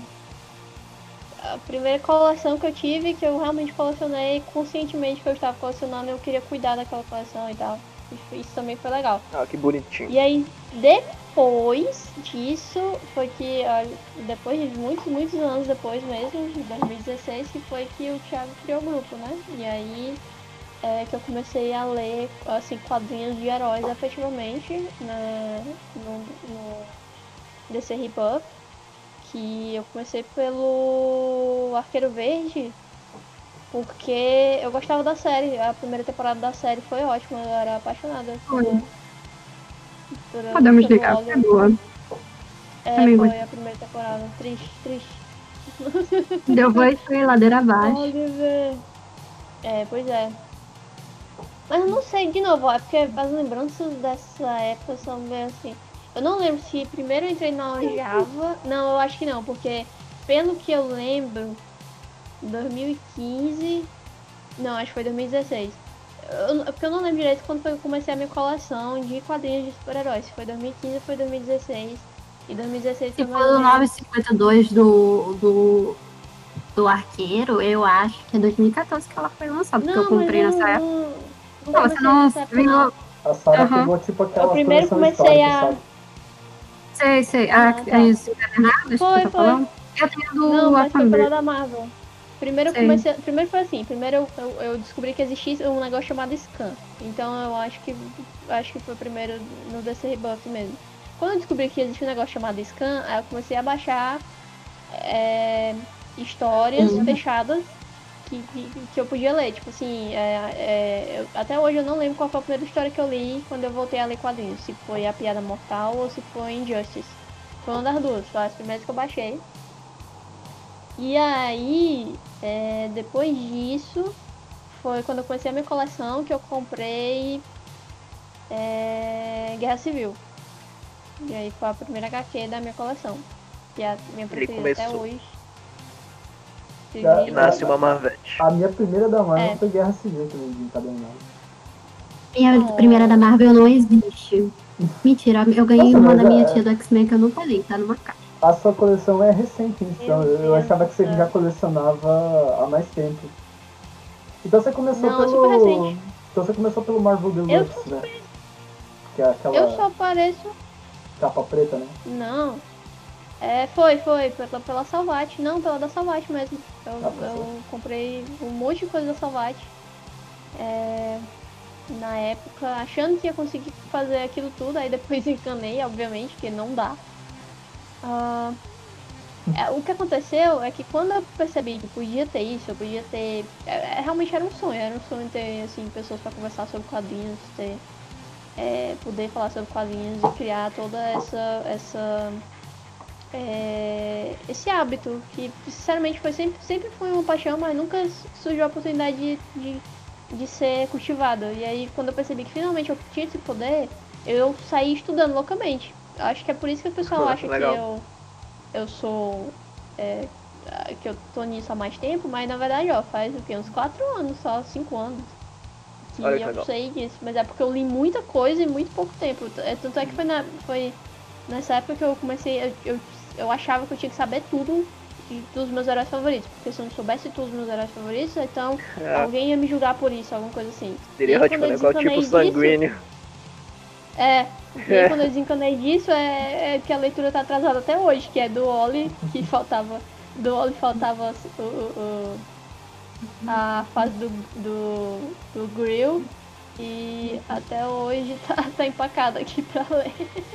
a primeira coleção que eu tive, que eu realmente colecionei conscientemente que eu estava colecionando, eu queria cuidar daquela coleção e tal. Isso também foi legal. Ah, que bonitinho. E aí, depois disso, foi que, olha, depois de muitos, muitos anos depois mesmo, de dois mil e dezesseis, que foi que o Thiago criou o grupo, né? E aí é que eu comecei a ler, assim, quadrinhos de heróis, efetivamente, né, no, no D C Rebuff, que eu comecei pelo Arqueiro Verde, porque eu gostava da série, a primeira temporada da série foi ótima, eu era apaixonada por, Foi. por Podemos pelo ligar, Logan. é boa. É, Também foi gostei. a primeira temporada, triste, triste. Deu voz foi ladeira abaixo. Oliver. É, pois é. Mas eu não sei, de novo, é porque as lembranças dessa época são bem assim. Eu não lembro se primeiro eu entrei na Java. Não, eu acho que não, porque pelo que eu lembro, dois mil e quinze. Não, acho que foi dois mil e dezesseis. Eu, porque eu não lembro direito quando foi que eu comecei a minha coleção de quadrinhos de super-heróis. Se foi dois mil e quinze ou foi dois mil e dezesseis. E dois mil e dezesseis Se foi for mais ou o menos. novecentos e cinquenta e dois do, do, do Arqueiro, eu acho que é dois mil e quatorze que ela foi lançada, porque eu Não, mas comprei eu nessa não, época. não, não Não, você comecei não nessa época, não. viu. A Sarah Aham. pegou tipo aquela Eu primeiro coleção comecei histórica, a- sabe? Sei, sei. Ah, Ah, tá. é isso, encadernadas que Foi, você tá foi. falando? Eu tenho do Não, mas foi pela Aquaman. da Marvel. Primeiro eu Sei. comecei. Primeiro foi assim, primeiro eu, eu, eu descobri que existia um negócio chamado Scan. Então eu acho que acho que foi primeiro no D C Rebuff mesmo. Quando eu descobri que existia um negócio chamado Scan, aí eu comecei a baixar é, histórias Uhum. fechadas que, que, que eu podia ler. Tipo assim, é, é, eu- até hoje eu não lembro qual foi a primeira história que eu li quando eu voltei a ler quadrinhos. Se foi A Piada Mortal ou se foi Injustice. Foi uma das duas, foi as primeiras que eu baixei. E aí, é, depois disso, foi quando eu comecei a minha coleção que eu comprei é, Guerra Civil. E aí foi a primeira H Q da minha coleção. Que é a minha preferida até começou. hoje. Já- E nasce uma Marvete. A minha primeira da Marvel É. foi Guerra Civil também, de encadernado. Minha Oh. primeira da Marvel não existe. Mentira, eu ganhei Nossa, uma mas da minha é- tia do X-Men que eu nunca li, tá numa caixa. A sua coleção é recente, então. Meu Eu Deus achava que você do céu. já colecionava há mais tempo. Então você começou Não, é super pelo. recente. Então você começou pelo Marvel Deluxe, né? Que é aquela Eu só pareço. capa preta, né? Não. É, foi, foi, pela, pela Salvat, não, pela da Salvat mesmo. Eu, Ah, tá eu comprei um monte de coisa da Salvat. É, na época, achando que ia conseguir fazer aquilo tudo, aí depois encanei, obviamente, que não dá. Ah, é, o que aconteceu é que quando eu percebi que podia ter isso, eu podia ter. É, é, realmente era um sonho, era um sonho ter assim, pessoas para conversar sobre quadrinhos, ter. É, poder falar sobre quadrinhos e criar toda essa. essa é, esse hábito, que sinceramente foi sempre, sempre foi uma paixão, mas nunca surgiu a oportunidade de, de, de ser cultivado. E aí quando eu percebi que finalmente eu tinha esse poder, eu saí estudando loucamente. Acho que é por isso que o pessoal acha que Legal. eu, eu sou. É, que eu tô nisso há mais tempo, mas na verdade ó, faz o quê? Uns quatro anos só, cinco anos. Que Olha que eu legal. sei disso, mas é porque eu li muita coisa em muito pouco tempo. É, tanto é que foi, na, foi nessa época que eu comecei, eu, eu, eu achava que eu tinha que saber tudo de, dos meus heróis favoritos, porque se eu não soubesse tudo dos meus heróis favoritos, então É, alguém ia me julgar por isso, alguma coisa assim. seria E aí, tipo quando um eu negócio tipo desencanei disso, sanguíneo. é, e aí quando eu desencanei disso é, é que a leitura tá atrasada até hoje, que é do Oli, que faltava, do Oli faltava o, o, o, a fase do, do, do Grill, e até hoje tá, tá empacado aqui pra ler.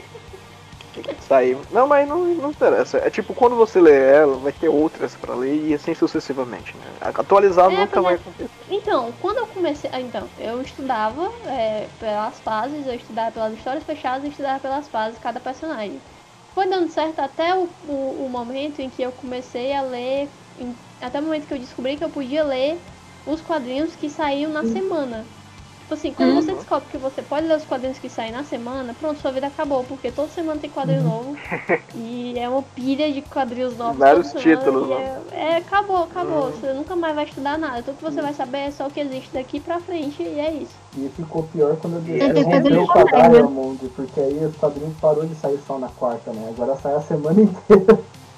Sair. Não, mas não, não interessa. É tipo, quando você lê ela, vai ter outras pra ler e assim sucessivamente, né? Atualizar É, nunca pois vai é. acontecer. Então, quando eu comecei. ah, Então, eu estudava é, pelas fases, eu estudava pelas histórias fechadas e estudava pelas fases, cada personagem. Foi dando certo até o, o, o momento em que eu comecei a ler. Em, até o momento que eu descobri que eu podia ler os quadrinhos que saíam na semana. Tipo assim, quando você Uhum. descobre que você pode ler os quadrinhos que saem na semana, pronto, sua vida acabou, porque toda semana tem quadrinho Uhum. novo. E é uma pilha de quadrinhos novos toda Vários semana. títulos, E mano. é, é, acabou, acabou. Uhum. Você nunca mais vai estudar nada. Tudo que você vai saber é só o que existe daqui pra frente e é isso. E ficou pior quando a E D C é Tem que fazer rompeu isso com a também, né? Diamond, porque aí os quadrinhos parou de sair só na quarta, né? Agora sai a semana inteira.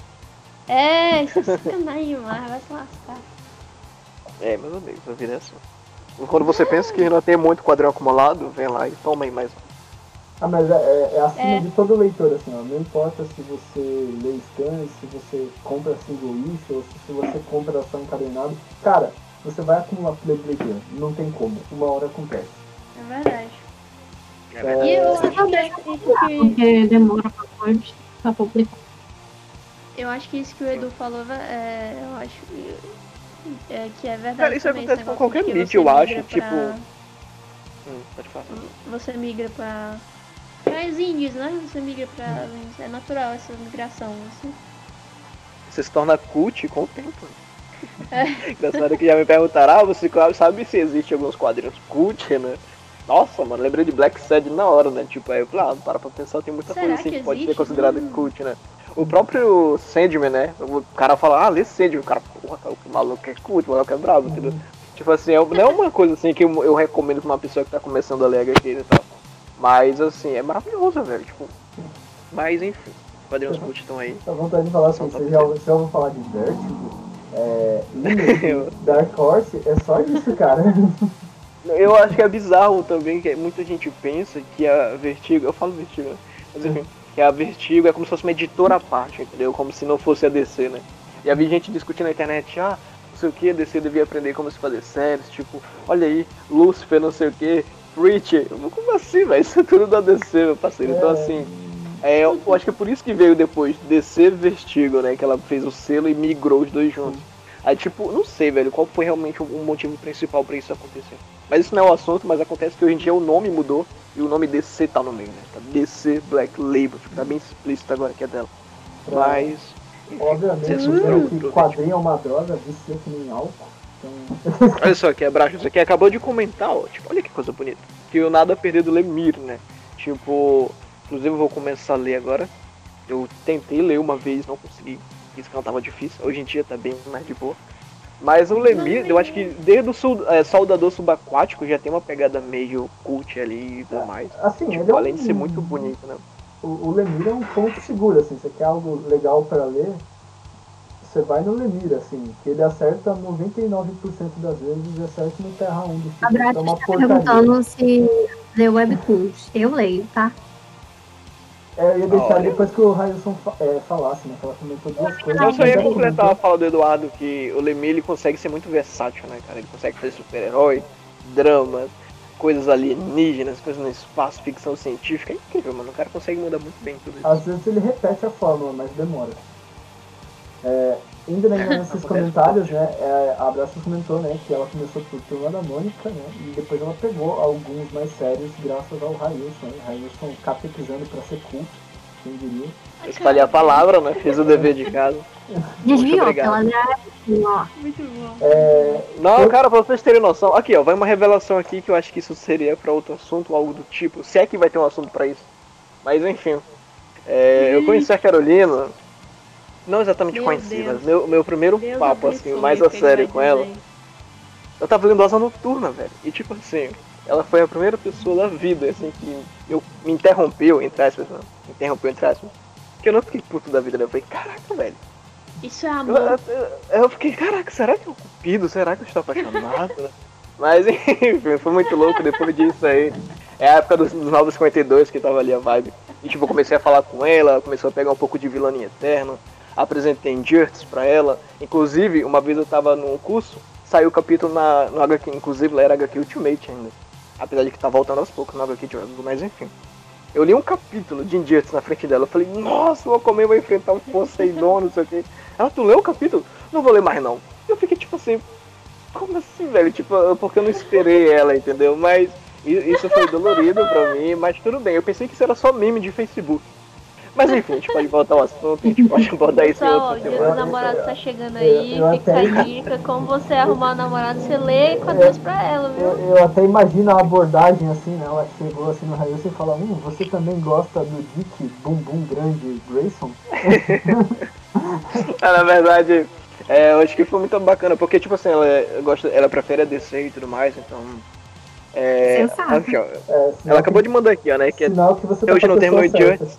É, isso é sacanagem demais, vai se lascar. É, meus amigos, a vida é assim. Quando você pensa que não tem muito quadrinho acumulado, vem lá e toma aí mais um. Ah, mas é, é, é acima É. de todo leitor, assim, ó. Não importa se você lê scan, se você compra single issue, ou se você compra só encadernado. Cara, você vai acumular Playboy Gun. Não tem como. Uma hora acontece. É verdade. É E verdade. eu É, acho que é isso que. Porque demora bastante pra publicar. Eu acho que isso que o Edu falou, é, eu acho que é, que é verdade. Cara, isso também, acontece esse com negócio qualquer de que mídia, você eu acho, migra tipo. pra- Hum, pode falar. Você migra pra. Pra as indies, né? Você migra pra. as indies. É natural essa migração, assim. Você se torna cult com o tempo. É. Engraçado que já me perguntaram, ah, você sabe se existe alguns quadrinhos cult, né? Nossa, mano, lembrei de Black Sad na hora, né? Tipo, aí eu falei, ah, para pra pensar, tem muita Será coisa assim que que pode ser existe? considerada Hum. cult, né? O próprio Sandman, né? O cara fala, ah, lê Sandman. O cara, porra, cara, o maluco é cult, o maluco é brabo, entendeu? Tipo assim, é- não é uma coisa assim que eu, eu recomendo pra uma pessoa que tá começando a ler agá quê e tal. Mas, assim, é maravilhoso, velho, tipo... Mas, enfim, os quadrinhos cult estão aí. Dá vontade de falar assim, São você top já, seis. você já ouviu falar de Vertigo? É, Image, Dark Horse, é só isso, cara. Eu acho que é bizarro também, que muita gente pensa que a Vertigo, eu falo Vertigo, né? Mas enfim, que a Vertigo é como se fosse uma editora à parte, entendeu? Como se não fosse a D C, né? E havia gente discutindo na internet, ah, não sei o que, a D C devia aprender como se fazer séries, tipo, olha aí, Lucifer, não sei o que, Preacher, como assim, velho? Isso é tudo da D C, meu parceiro. Então assim, é, eu acho que é por isso que veio depois D C Vertigo, né? Que ela fez o selo e migrou os dois juntos. Aí tipo, não sei, velho, qual foi realmente o motivo principal pra isso acontecer. Mas isso não é o assunto, mas acontece que hoje em dia o nome mudou e o nome D C tá no meio, né? Tá D C Black Label, tá bem explícito agora que é dela. Mas, Obviamente, Esse assunto era né, outro, que né? quadrinho é uma droga, vicia que nem álcool. Então, olha só que abraço, você que acabou de comentar, ó, tipo, olha que coisa bonita. Que o Nada a Perder do Lemir, né? Tipo, inclusive eu vou começar a ler agora. Eu tentei ler uma vez, não consegui. Isso que não tava difícil. Hoje em dia tá bem mais de boa. Mas o Lemir, eu acho que desde o sul, é, Saudador Subaquático já tem uma pegada meio cult ali e tudo mais. assim, ele Tipo, é um, além de ser muito bonito, né? o, o Lemir é um ponto seguro, assim, você quer algo legal pra ler, você vai no Lemir, assim, que ele acerta noventa e nove por cento das vezes e acerta no Terra um do A tipo, Brat é uma está porcaria. perguntando se lê webtoons. Eu leio, tá? É, eu ia deixar Olha. depois que o Railson fa é, falasse, né? Que ela comentou duas coisas. Eu só mas ia ela completar a comentou- fala do Eduardo que o Lemmy ele consegue ser muito versátil, né, cara? Ele consegue fazer super-herói, drama, coisas alienígenas, coisas no espaço, ficção científica. É incrível, mano. O cara consegue mudar muito bem tudo isso. Às vezes ele repete a fórmula, mas demora. É, indo ainda nesses Acontece comentários, né? É, a Abraços comentou, né, que ela começou por Turma da Mônica, né? E depois ela pegou alguns mais sérios graças ao Railson, né? Railson catequizando pra ser culto, quem diria. Espalhei a palavra, né? Fiz o dever de casa. Desviou, obrigado. ela já é assim, ó. Muito bom. É, Não, eu- cara, pra vocês terem noção. Aqui, ó, vai uma revelação aqui que eu acho que isso seria pra outro assunto, algo do tipo. Se é que vai ter um assunto pra isso. Mas enfim. É, eu conheci a Carolina. Não exatamente Meu conheci, Deus. mas meu, meu primeiro Deus papo, assim, abençoe mais o a que ele sério vai com ela. dizer. Eu tava vendo Asa Noturna, velho. E tipo assim, ela foi a primeira pessoa da vida, assim, que eu me interrompeu, entre aspas, né? Me interrompeu, entre aspas. Que eu não fiquei puto da vida, né? Eu falei, caraca, velho. Isso é Eu, amor. eu, eu- eu fiquei, caraca, será que é um cupido? Será que eu estou apaixonado? Mas enfim, foi muito louco depois disso aí. É a época dos, dos novos cinquenta e dois que tava ali a vibe. E tipo, eu comecei a falar com ela, ela começou a pegar um pouco de Vilania Eterno. Apresentei Injustice pra ela. Inclusive, uma vez eu tava num curso, saiu o capítulo na, no H Q, inclusive lá era H Q Ultimate ainda. Apesar de que tá voltando aos poucos no H Q Journal, mas enfim. Eu li um capítulo de Injustice na frente dela, eu falei, nossa, o Aquaman vai enfrentar um Poseidon, não sei o que. Ela, tu leu o capítulo? Não vou ler mais não. Eu fiquei tipo assim, como assim, velho? Tipo, porque eu não esperei ela, entendeu? Mas i- isso foi dolorido pra mim, mas tudo bem. Eu pensei que isso era só meme de Facebook. Mas enfim, a gente pode voltar ao assunto, a gente pode abordar isso em Pessoal, ó, outra o dia dos semana. namorados tá chegando Eu- aí, eu fica até- a dica, como você arrumar um namorado, você lê quadrinhos pra ela, Eu, viu? eu até imagino a abordagem assim, né? Ela chegou assim no Railson e falou, hum, você também gosta do Dick Bumbum Grande Grayson? Ah, na verdade, é, eu acho que foi muito bacana, porque tipo assim, ela, gosta, ela prefere a D C e tudo mais, então. É, Sensato. aqui, ó, É, sinal ela acabou que, de mandar aqui, ó, né? Que é sinal que você até tá hoje com a não terminou pessoa certa. Injustice.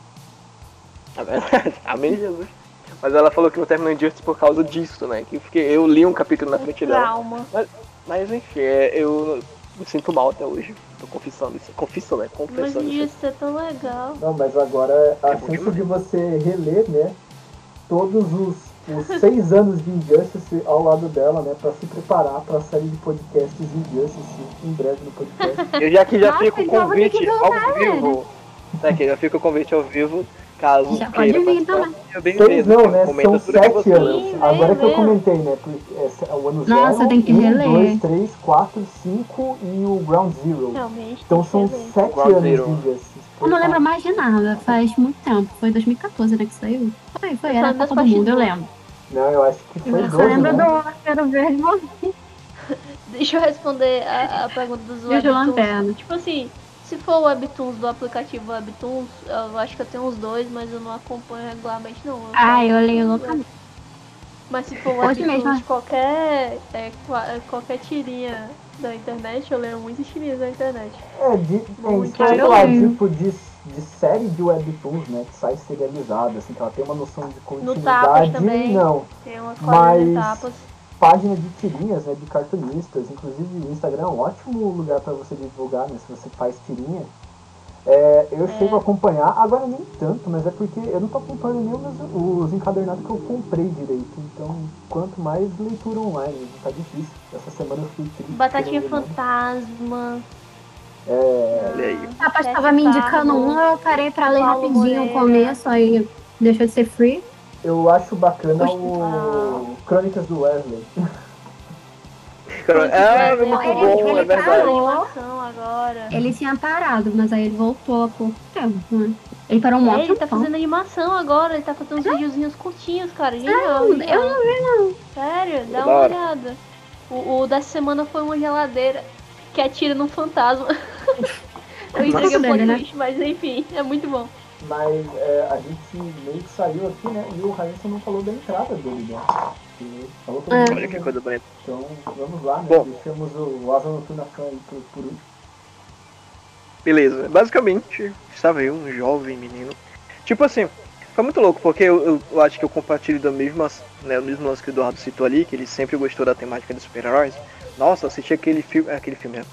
Amém, Jesus. Mas ela falou que não terminou Injustice por causa disso, né? Que porque eu li um capítulo na frente dela. Trauma. Mas, mas enfim, é, eu me sinto mal até hoje. Tô confessando isso. Confissando, né? Mas Confessando isso. isso é tão legal. Não, mas agora a É bom chance demais. de você reler, né? Todos os, os seis anos de Injustice ao lado dela, né? Pra se preparar pra série de podcasts Injustice em breve no podcast. Eu já que já Nossa, fico o então eu vou ter convite que ao voltar, vivo. Tá aqui, já fica o convite ao vivo. Caso Já pode queira vir participar, também. seja bem Seis vindo. não, né? Comenta São tudo que sete você anos. Sim, Agora que eu meu. comentei, né? Porque é o ano Nossa, zero, tem que um, reler. dois, três, quatro, cinco e o Ground Zero. Realmente. Então tem são que reler. sete Ground anos Zero. de Injustice. Eu não lembro mais de nada, faz muito tempo. Foi dois mil e quatorze, né, que saiu? Foi, foi, era a Falando das Copa do Mundo, eu partidas. lembro. Não, eu acho que foi Eu só doze, lembro né? do Arqueiro Verde morrer. Deixa eu responder a, a pergunta dos E o de Webtoons. Lanterna. Tipo assim, se for o Webtoons do aplicativo Webtoons, eu acho que eu tenho uns dois, mas eu não acompanho regularmente não. Eu Ah, só- eu leio loucamente. Mas se for o Hoje Webtoons mesmo. de qualquer, é, qua- qualquer tirinha da internet, eu leio muitas tirinhas da internet. É, de, é Muito isso que eu ia legal. falar, tipo de, de série de webtoons, né, que sai serializada, assim, que ela tem uma noção de Tapas continuidade, também. não, Tem umas Mas- quadrinhas etapas. página de tirinhas, né, de cartunistas, inclusive o Instagram é um ótimo lugar para você divulgar, né, se você faz tirinha. É, eu É. chego a acompanhar, agora nem tanto, mas é porque eu não tô acompanhando nem os, os encadernados que eu comprei direito, então quanto mais leitura online, tá difícil. Essa semana eu fui triste. Batatinha querendo ou não. Fantasma. É, Olha aí. O rapaz Sete tava me indicando Carlos, um, eu parei pra ler Paulo rapidinho o Moreira. começo, aí deixou de ser free. eu acho bacana Oxe. o Crônicas do Wesley. É, Ele- muito ele- bom, ele é verdade. parou. Animação agora. Ele tinha parado, mas aí ele voltou há pouco tempo, né? Ele parou um É, monte ele de tá tempo. fazendo animação agora, ele tá fazendo uns videozinhos curtinhos, cara. Genial, Eu genial. não vi, não. Sério, dá Da uma hora. olhada. O, o dessa semana foi uma geladeira que atira num fantasma. Eu entreguei o Nossa, plot né? twist, mas enfim, é muito bom. Mas é, a gente meio que saiu aqui, né? E o Raíssa não falou da entrada dele, né? Ele falou todo É. mundo, Olha que coisa bonita. Então vamos lá, né? Bom. Deixamos o Asa Noturna Fã aí por, por último. Beleza, basicamente, estava eu, um jovem menino. Tipo assim, foi muito louco, porque eu, eu, eu acho que eu compartilho da mesma, né, o mesmo lance que o Eduardo citou ali, que ele sempre gostou da temática de super-heróis. Nossa, assisti aquele filme, aquele filme, né?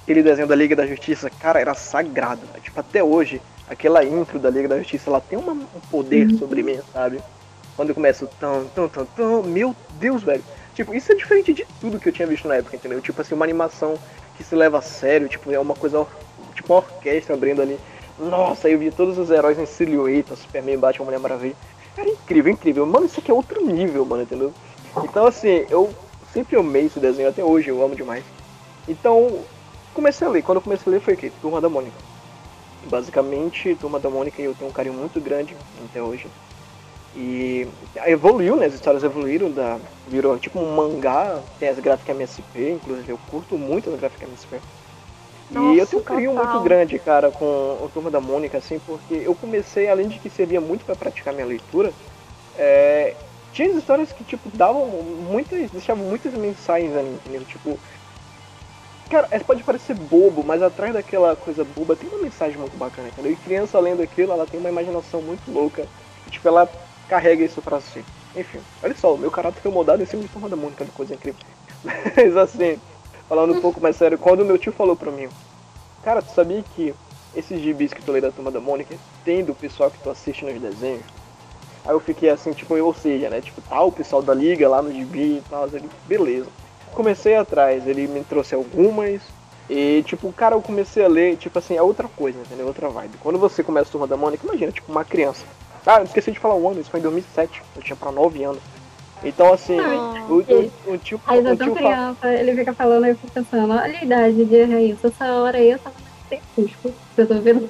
aquele desenho da Liga da Justiça, cara, era sagrado, né? Tipo, até hoje, aquela intro da Liga da Justiça, ela tem uma, um poder sobre mim, sabe? Quando começa o tão, tão, tão, tão, meu Deus, velho. Tipo, isso é diferente de tudo que eu tinha visto na época, entendeu? Tipo assim, uma animação que se leva a sério, tipo, é uma coisa, tipo uma orquestra abrindo ali. Nossa, eu vi todos os heróis em silhueta, Superman, Batman, Mulher Maravilha. Era incrível, incrível. Mano, isso aqui é outro nível, mano, entendeu? Então, assim, eu sempre amei esse desenho, até hoje, eu amo demais. Então, comecei a ler. Quando eu comecei a ler foi o quê? Turma da Mônica. Basicamente, Turma da Mônica eu tenho um carinho muito grande até hoje. E evoluiu, né? As histórias evoluíram, da, virou tipo um mangá, tem as gráficas M S P, inclusive eu curto muito as gráficas M S P. Nossa, e eu tenho um carinho total. muito grande, cara, com a Turma da Mônica, assim, porque eu comecei, além de que servia muito para praticar minha leitura, é, tinha histórias que, tipo, davam muitas, deixavam muitas mensagens ali, entendeu? Tipo, cara, pode parecer bobo, mas atrás daquela coisa boba tem uma mensagem muito bacana, entendeu? E criança lendo aquilo, ela tem uma imaginação muito louca, e, tipo, ela carrega isso pra si. Enfim, olha só, o meu caráter foi moldado em cima de Turma da Mônica, que coisa incrível. Mas assim, falando um pouco mais sério, quando meu tio falou pra mim, cara, tu sabia que esses gibis que tu lê da Turma da Mônica tem do pessoal que tu assiste nos desenhos? Aí eu fiquei assim, tipo, ou seja, né, tipo, tá o pessoal da liga lá no gibi e tal, ali, beleza. Comecei atrás, ele me trouxe algumas, e tipo, cara, eu comecei a ler, tipo assim, é outra coisa, entendeu? Outra vibe. Quando você começa a Turma da Mônica, imagina, tipo, uma criança. Ah, eu esqueci de falar o ano, isso foi em dois mil e sete, eu tinha pra nove anos. Então, assim, Ah, o, o, o tio... Aí o eu tio tão criança, ele fica falando, aí eu fico pensando, olha a idade de Raíssa, essa hora aí eu tava sem cuspo, eu tô vendo.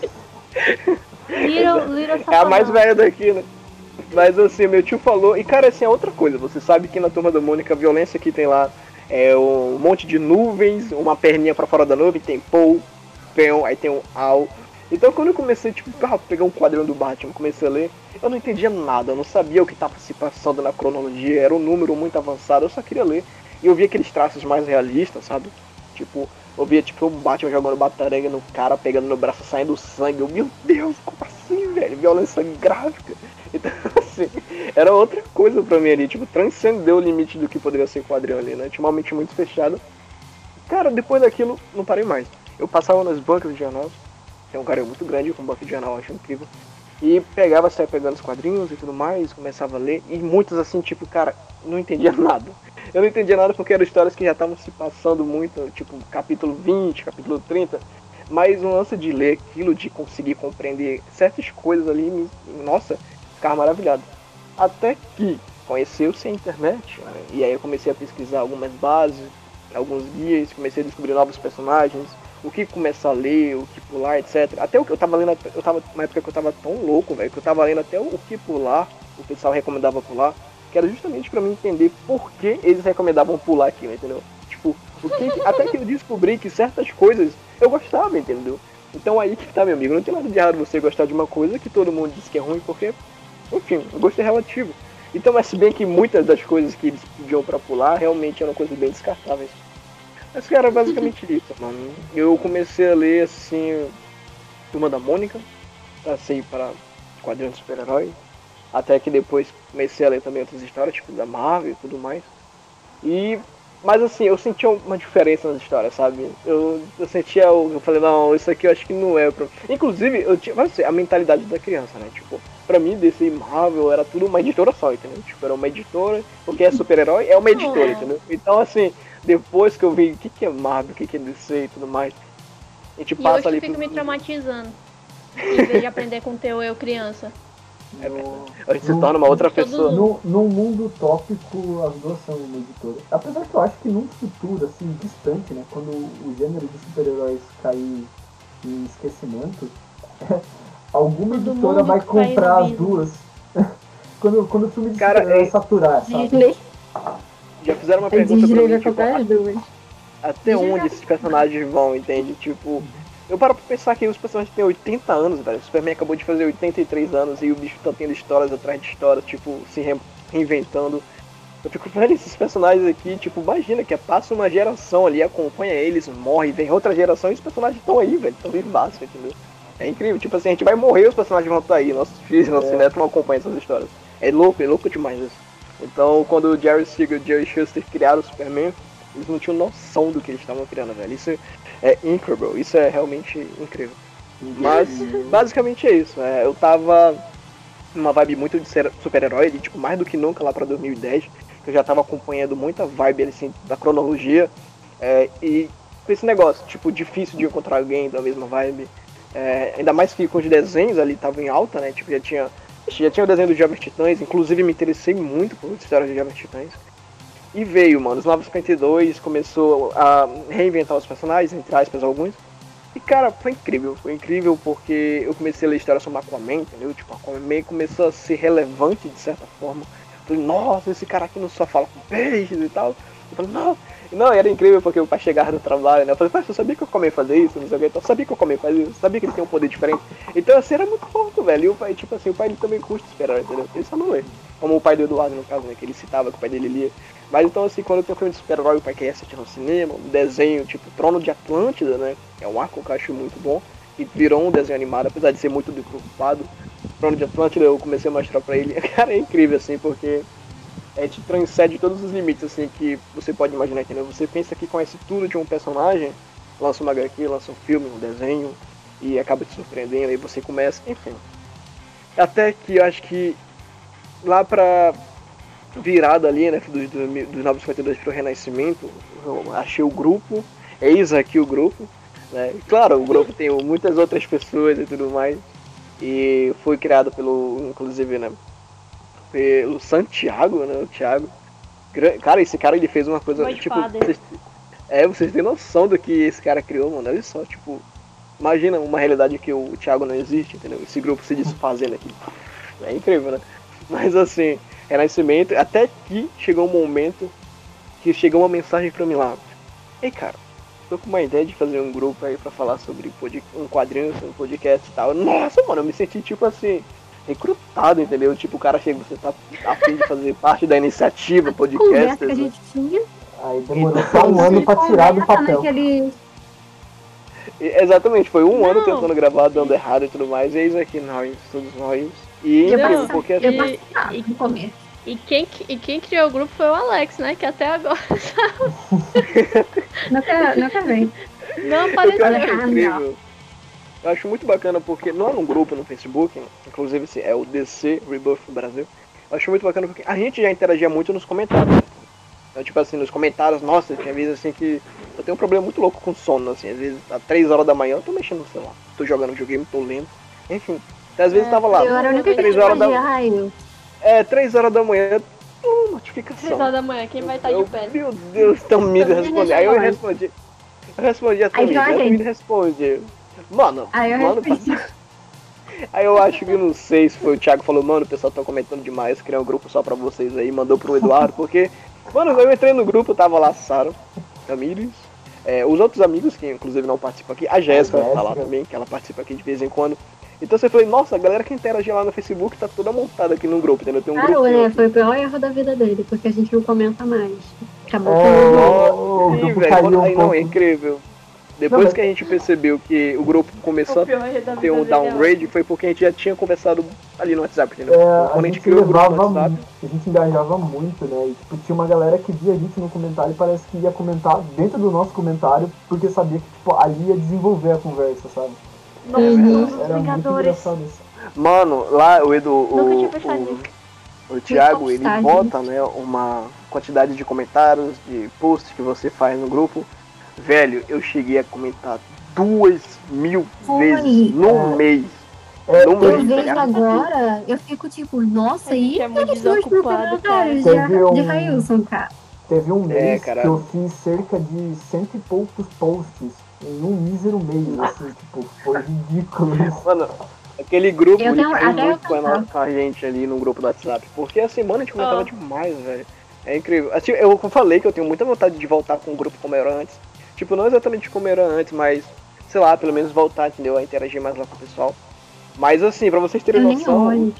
Little, little É a mais Satanás. velha daqui, né? Mas assim, meu tio falou, e cara, assim, é outra coisa, você sabe que na Turma da Mônica a violência que tem lá é um monte de nuvens, uma perninha pra fora da nuvem, tem Paul, Pen, aí tem um Al. Então quando eu comecei, tipo, a pegar um quadrinho do Batman, comecei a ler, eu não entendia nada, eu não sabia o que estava se passando na cronologia, era um número muito avançado, eu só queria ler. E eu via aqueles traços mais realistas, sabe? Tipo, eu via tipo o Batman jogando batarangue no cara, pegando no braço, saindo sangue. Eu, meu Deus, como assim, velho? Violência gráfica. Então, assim, era outra coisa pra mim ali, tipo, transcendeu o limite do que poderia ser quadrinho ali, né? Tinha uma mente muito fechada. Cara, depois daquilo, não parei mais. Eu passava nas bancas de jornal, tem um cara muito grande com banco de jornal, eu acho incrível. E pegava, saia pegando os quadrinhos e tudo mais, começava a ler, e muitos assim, tipo, cara, não entendia nada. Eu não entendia nada porque eram histórias que já estavam se passando muito, tipo, capítulo vinte, capítulo trinta. Mas o lance de ler aquilo, de conseguir compreender certas coisas ali, me, nossa, ficava maravilhado. Até que conheceu-se a internet, né? E aí eu comecei a pesquisar algumas bases, alguns guias, comecei a descobrir novos personagens, o que começar a ler, o que pular, etcétera. Até o que eu tava lendo, eu tava uma época que eu tava tão louco, velho, que eu tava lendo até o que pular, o pessoal recomendava pular, que era justamente pra mim entender por que eles recomendavam pular aquilo, entendeu? Tipo, o que, até que eu descobri que certas coisas eu gostava, entendeu? Então aí que tá, meu amigo, não tem nada de errado você gostar de uma coisa que todo mundo diz que é ruim, porque, enfim, o gosto é relativo. Então, mas se bem que muitas das coisas que eles pediam pra pular realmente eram coisas bem descartáveis. Mas, cara, basicamente isso, mano. Eu comecei a ler, assim, Turma da Mônica, passei para quadrinhos de super-herói, até que depois comecei a ler também outras histórias, tipo da Marvel e tudo mais. E, mas assim, eu sentia uma diferença nas histórias, sabe? Eu, eu sentia, eu falei, não, isso aqui eu acho que não é pra... Inclusive, eu tinha, vai ser, a mentalidade da criança, né? Tipo, pra mim, D C e Marvel era tudo uma editora só, entendeu? Tipo, era uma editora, porque é super-herói, é uma editora, entendeu? Então, assim, depois que eu vi o que, que é Marvel, o que, que é D C e tudo mais, a gente E passa hoje ali... tu fica pro- me traumatizando. Em vez de aprender com o teu eu criança. No, A gente se no- torna uma outra Todos pessoa. no, num mundo utópico, as duas são uma editora. Apesar que eu acho que num futuro, assim, distante, né? Quando o gênero de super-heróis cair em esquecimento, alguma Todo editora mundo vai que cai no comprar as abismo. duas. quando, quando o filme de Cara, super-herói é- saturar, sabe? Disney, Já fizeram uma a pergunta pra Disney mim, vai tipo, comprar as duas. até onde esses personagens vão, entende? Tipo, eu paro pra pensar que os personagens têm oitenta anos, velho. O Superman acabou de fazer oitenta e três anos e o bicho tá tendo histórias atrás de histórias, tipo, se re- reinventando. Eu fico vendo esses personagens aqui, tipo, imagina que passa uma geração ali, acompanha eles, morre, vem outra geração e os personagens estão aí, velho, estão vivaços, entendeu? É incrível, tipo assim, a gente vai morrer e os personagens vão estar aí, nossos filhos, nossos É. netos não acompanham essas histórias. É louco, é louco demais isso. Então, quando o Jerry Siegel e o Jerry Schuster criaram o Superman, eles não tinham noção do que eles estavam criando, velho. Isso, é incrível, isso é realmente incrível. Mas, basicamente é isso, é, eu tava numa vibe muito de ser super-herói, tipo, mais do que nunca lá pra dois mil e dez, eu já tava acompanhando muita vibe, assim, da cronologia, é, e com esse negócio, tipo, difícil de encontrar alguém da mesma vibe, é, ainda mais que com os desenhos ali estavam em alta, né, tipo, já tinha, já tinha o desenho do Jovens Titãs, inclusive me interessei muito por história de Jovens Titãs, e veio, mano, os novos cinquenta e dois começou a reinventar os personagens, entre aspas, alguns, e cara, foi incrível, foi incrível porque eu comecei a ler história sobre Aquaman, entendeu? Tipo, Aquaman começou a ser relevante de certa forma. Eu falei, nossa, esse cara aqui não só fala com peixes e tal. Eu falei, não, não, era incrível porque o pai chegava do trabalho, né? Eu falei, pai, você sabia que o Aquaman fazia isso? Não sei o que, então, sabia que o Aquaman fazia isso? Sabia que ele tem um poder diferente? Então assim, era muito forte, velho. E o pai, tipo assim, o pai ele também curte esperar, entendeu? Ele só não lê. Como o pai do Eduardo, no caso, né? Que ele citava que o pai dele lia. Mas então assim, quando tem um filme de super-herói, o pai quer assistir no cinema, um desenho tipo Trono de Atlântida, né? É um arco que eu acho muito bom. E virou um desenho animado, apesar de ser muito preocupado. Trono de Atlântida eu comecei a mostrar pra ele. Cara, é incrível assim, porque é, te transcende todos os limites assim que você pode imaginar, entendeu? Você pensa que conhece tudo de um personagem, lança uma agá quê, lança um filme, um desenho, e acaba te surpreendendo, aí você começa, enfim. Até que eu acho que lá pra virada ali, né, dos, dos, dos novos cinquenta e dois pro Renascimento, eu achei o grupo, eis aqui o grupo, né, claro, o grupo tem muitas outras pessoas e tudo mais, e foi criado pelo, inclusive, né, pelo Santiago, né, o Thiago, cara, esse cara ele fez uma coisa, Muito tipo, foda. vocês, é, vocês têm noção do que esse cara criou, mano, olha só, tipo, imagina uma realidade que o Thiago não existe, entendeu, esse grupo se desfazendo aqui, é incrível, né, mas assim, Renascimento, até que chegou um momento que chegou uma mensagem pra mim lá. Ei, cara, tô com uma ideia de fazer um grupo aí pra falar sobre um quadrinho, um podcast e tal. Nossa, mano, eu me senti tipo assim, recrutado, entendeu? Tipo, o cara chega, você tá a fim de fazer parte da iniciativa, podcast. Conversa que a gente tinha. Aí demorou só um ano pra tirar do papel. Naquele... Exatamente, foi um Não. ano tentando gravar, dando errado e tudo mais, e eis aqui nós, todos nós. E Eu incrível, passava- porque eu assim, passava no começo. E quem, e quem criou o grupo foi o Alex, né? Que até agora Nunca, nunca vem. não o que eu acho apareceu. incrível. Eu acho muito bacana porque não é um grupo no Facebook, inclusive esse é o D C Rebirth Brasil. Eu acho muito bacana porque a gente já interagia muito nos comentários. Então, tipo assim, nos comentários, nossa, tinha vezes assim que eu tenho um problema muito louco com sono, assim, às vezes às três horas da manhã eu tô mexendo no celular, tô jogando videogame, tô lendo, enfim. Então, às vezes eu tava lá, Eu era a única que três horas respondia, da raio. É, três horas da manhã, hum, notificação. Três horas da manhã, quem vai estar Eu- de pé? Meu Deus, Tamir responde. Aí eu respondi. Eu respondi a Aí Tamir, já aí a errei. Tamir responde. Mano, Aí eu mano, respondi. tá- Aí eu acho que não sei se foi o Thiago que falou, mano, o pessoal tá comentando demais, criar um grupo só pra vocês aí, mandou pro Eduardo, porque, mano, eu entrei no grupo, tava lá Sara, Tamires, é, os outros amigos que inclusive não participam aqui, a Jéssica tá lá Jéssica. também, que ela participa aqui de vez em quando. Então você falei, nossa, a galera que interagia lá no Facebook tá toda montada aqui no grupo, entendeu? Tem um Parou, grupo. né? Foi o pior erro da vida dele, porque a gente não comenta mais. Acabou É, com o Sim, grupo velho, caiu mano, um aí não, pouco. é incrível. Depois Não, mas- que a gente percebeu que o grupo começou O pior erro da a ter um vida dele é downgrade, foi porque a gente já tinha conversado ali no WhatsApp, entendeu? É, Então, a quando a gente gente criou o grupo no levava WhatsApp, muito, a gente engajava muito, né? E tipo, tinha uma galera que via a gente no comentário e parece que ia comentar dentro do nosso comentário, porque sabia que tipo, ali ia desenvolver a conversa, sabe? Nossa, Uhum. todos os Era muito Vingadores. engraçado isso. mano, lá o Edu, Nunca tinha o, pensado o, nisso. o Thiago, ele postagem. bota, né, uma quantidade de comentários, de posts que você faz no grupo. Velho, eu cheguei a comentar duas mil Foi. vezes no É. mês. É, No Eu mês, vejo tá? agora, eu fico tipo, nossa, A gente e é muito aqueles dois mil desocupado, comentários cara. de, Teve um- de Railson, cara. Teve um É, mês cara. que eu fiz cerca de cento e poucos posts em um mísero mês, assim, tipo, foi ridículo isso. Mano, aquele grupo Eu ele tenho- caiu até eu muito com a, tenho- com a gente ali no grupo do WhatsApp. Porque a semana a gente comentava Ah. demais, velho. É incrível. Assim, eu falei que eu tenho muita vontade de voltar com o grupo como era antes. Tipo, não exatamente como era antes, mas, sei lá, pelo menos voltar, entendeu? A interagir mais lá com o pessoal. Mas assim, pra vocês terem Eu nem noção, olho.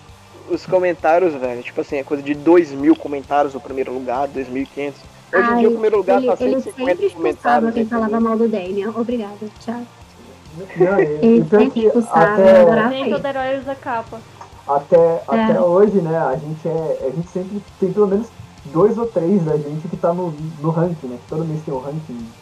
os comentários, velho, tipo assim, é coisa de dois mil comentários no primeiro lugar, dois mil e quinhentos. Hoje em Ai, dia o primeiro lugar ele, tá ele cento e sempre cinquenta expulsava comentários. quem falava entendeu? mal do Daniel. Obrigada, tchau. Não, e, Ele e pior sempre que expulsava, eu até, adorava Nem ele. todo herói usa capa. até, até É. hoje, né, a gente é. A gente sempre tem pelo menos dois ou três da gente que tá no, no ranking, né? Que todo mês tem o ranking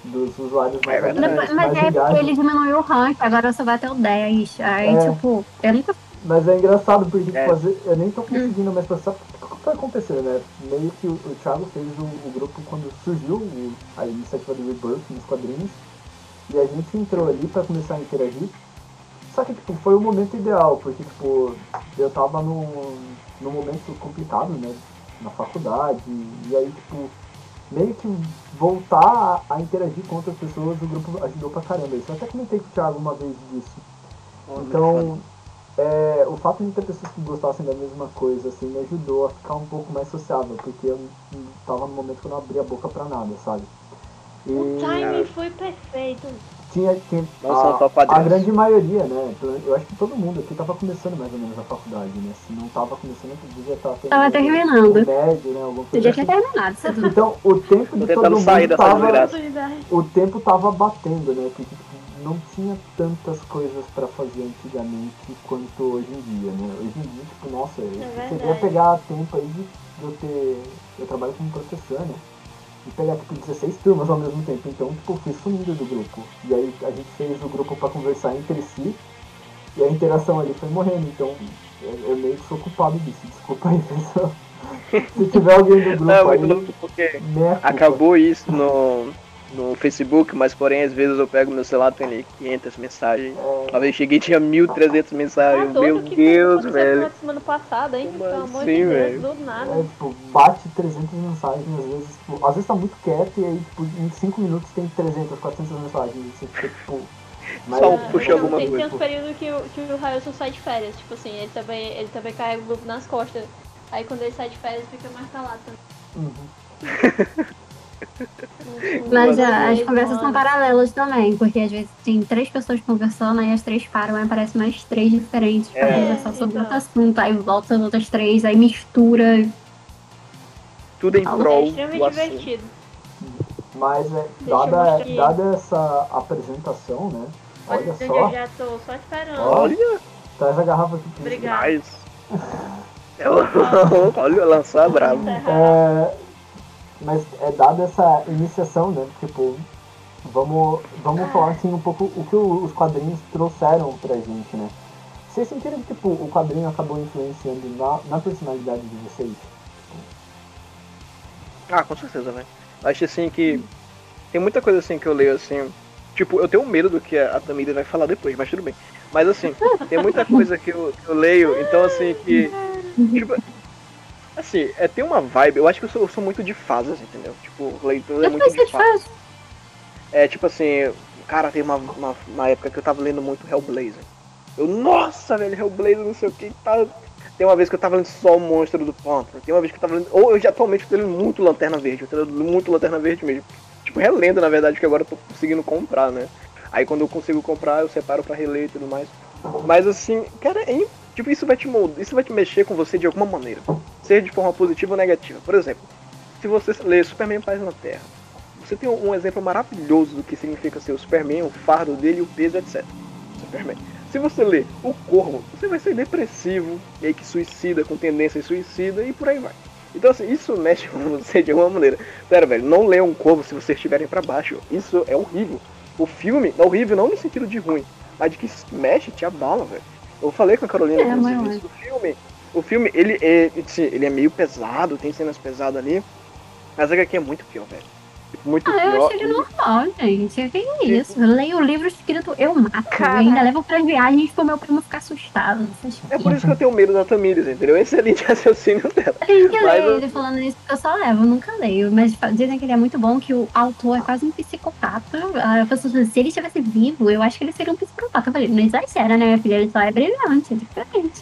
dos usuários É mais verdade. ativos, Mas mais é porque engajam. ele diminuiu o rank, agora só vai até o dez. Aí, É. tipo, eu nunca. Mas é engraçado porque, É. tipo, às vezes eu nem tô conseguindo mais passar. O que foi acontecer, né? Meio que o, o Thiago fez o, o grupo quando surgiu o, a iniciativa do Rebirth nos quadrinhos. E a gente entrou ali pra começar a interagir. Só que, tipo, foi o momento ideal, porque, tipo, eu tava num, num momento complicado, né? Na faculdade. E aí, tipo, meio que voltar a, a interagir com outras pessoas, o grupo ajudou pra caramba. Isso eu até comentei com o Thiago uma vez disso. Pô, muito Então, é, o fato de ter pessoas que gostassem da mesma coisa, assim, me ajudou a ficar um pouco mais sociável, porque eu não- tava no momento que eu não abria a boca pra nada, sabe? O E timing foi perfeito. tinha, tinha Não são a, só a quadrinhos. grande maioria, né? Eu acho que todo mundo aqui tava começando mais ou menos a faculdade, né? Se não tava começando, devia estar Tava terminando. o médio, né? Alguma Eu coisa já tinha assim. terminado. Isso tudo. Então, o tempo Tô de todo tentando sair mundo dessa tava... desgraça. Oportunidade. O tempo tava batendo, né? Porque tipo, não tinha tantas coisas pra fazer antigamente quanto hoje em dia, né? Hoje em dia, tipo, nossa, eu É cheguei a verdade. pegar tempo aí de, de eu ter... Eu trabalho como professor, né? E pegar, tipo, dezesseis turmas ao mesmo tempo. Então, tipo, fui sumido do grupo. E aí a gente fez o grupo pra conversar entre si. E a interação ali foi morrendo. Então, eu, eu meio que sou culpado disso. Desculpa aí, pessoal. Se tiver alguém do grupo Não, é aí, muito louco porque minha culpa. acabou isso no, no Facebook, mas porém às vezes eu pego meu celular, tem ali quinhentas mensagens. Uma vez cheguei e tinha mil e trezentas Tá mensagens. Meu doido que Deus, aconteceu velho. na semana passada, hein? Como Pelo amor assim, de Deus, velho? do É, nada. tipo, bate trezentas mensagens, às vezes, tipo, às vezes tá muito quieto e aí, tipo, em cinco minutos tem trezentas, quatrocentas mensagens. E você fica, tipo... Mas, Só um é, puxa Não, alguma tem, tem coisa. uns períodos que, o- que o Railson sai de férias, tipo assim, ele também, ele também carrega o grupo nas costas. Aí quando ele sai de férias fica mais calado também. Uhum. Mas Dois ah, as meses, conversas um são ano. paralelas também, porque às vezes tem três pessoas conversando, aí as três param, aí aparecem mais três diferentes pra É. conversar sobre então. outro assunto, aí volta as outras três, aí mistura. Tudo em É É prol extremamente do assunto. divertido. Mas, é, Deixa eu dada, mostrar aqui. dada essa apresentação, né? Olha Olha onde só, eu já tô só esperando. Ó. Olha, traz a garrafa aqui. Cris. Obrigada. mas. Olha, lançar bravo. Encerrar. É, mas é dada essa iniciação, né? Tipo, vamos, vamos falar assim um pouco o que o- os quadrinhos trouxeram pra gente, né? Vocês sentiram que tipo, o quadrinho acabou influenciando na, na personalidade de vocês? Ah, com certeza, velho. Acho assim que tem muita coisa assim que eu leio assim. Tipo, eu tenho medo do que a Tamida vai falar depois, mas tudo bem. Mas assim, tem muita coisa que eu, que eu leio, então assim que. Tipo, assim, é, tem uma vibe, eu acho que eu sou, eu sou muito de fases, entendeu? Tipo, leitura é Eu muito pensei de de fases. faz. É tipo assim, cara, tem uma, uma, uma época que eu tava lendo muito Hellblazer. Eu, nossa, velho, Hellblazer, não sei o que, tá. Tem uma vez que eu tava lendo só o Monstro do Pântano. Tem uma vez que eu tava lendo. Ou eu já atualmente tô lendo muito Lanterna Verde. Eu tô lendo muito Lanterna Verde mesmo. Tipo, relendo, na verdade, que agora eu tô conseguindo comprar, né? Aí quando eu consigo comprar, eu separo pra reler e tudo mais. Mas assim, cara, é, im- tipo, isso vai te moldar, isso vai te mexer com você de alguma maneira. Seja de forma positiva ou negativa. Por exemplo, se você lê Superman Paz na Terra, você tem um um exemplo maravilhoso do que significa ser o Superman, o fardo dele, o peso, etcétera. Superman. Se você lê O Corvo, você vai ser depressivo, meio que suicida, com tendência suicida e por aí vai. Então assim, isso mexe com você de alguma maneira. Sério, velho, não leiam um Corvo se vocês estiverem pra baixo. Isso é horrível. O filme é horrível não no sentido de ruim, mas de que mexe, te abala, velho. Eu falei com a Carolina, É, inclusive, mas- isso. O filme, o filme ele, é, sim, ele é meio pesado, tem cenas pesadas ali, mas a H Q é muito pior, velho. Tipo, muito Ah, eu pior. achei ele normal, gente. Que é isso? Eu leio o livro escrito Eu Mato. Eu ainda levo pras viagens pro meu primo ficar assustado. Essas É por isso que eu tenho medo da Tamires, entendeu? Esse é o de raciocínio dela. Eu tenho que Mas, ler ele falando isso porque eu só levo, eu nunca leio. Mas fa- dizem que ele é muito bom, que o autor é quase um psicopata. Ah, eu penso assim, se ele estivesse vivo, eu acho que ele seria um psicopata. Eu falei, não exagera, né, minha filha? Ele só é brilhante, é diferente.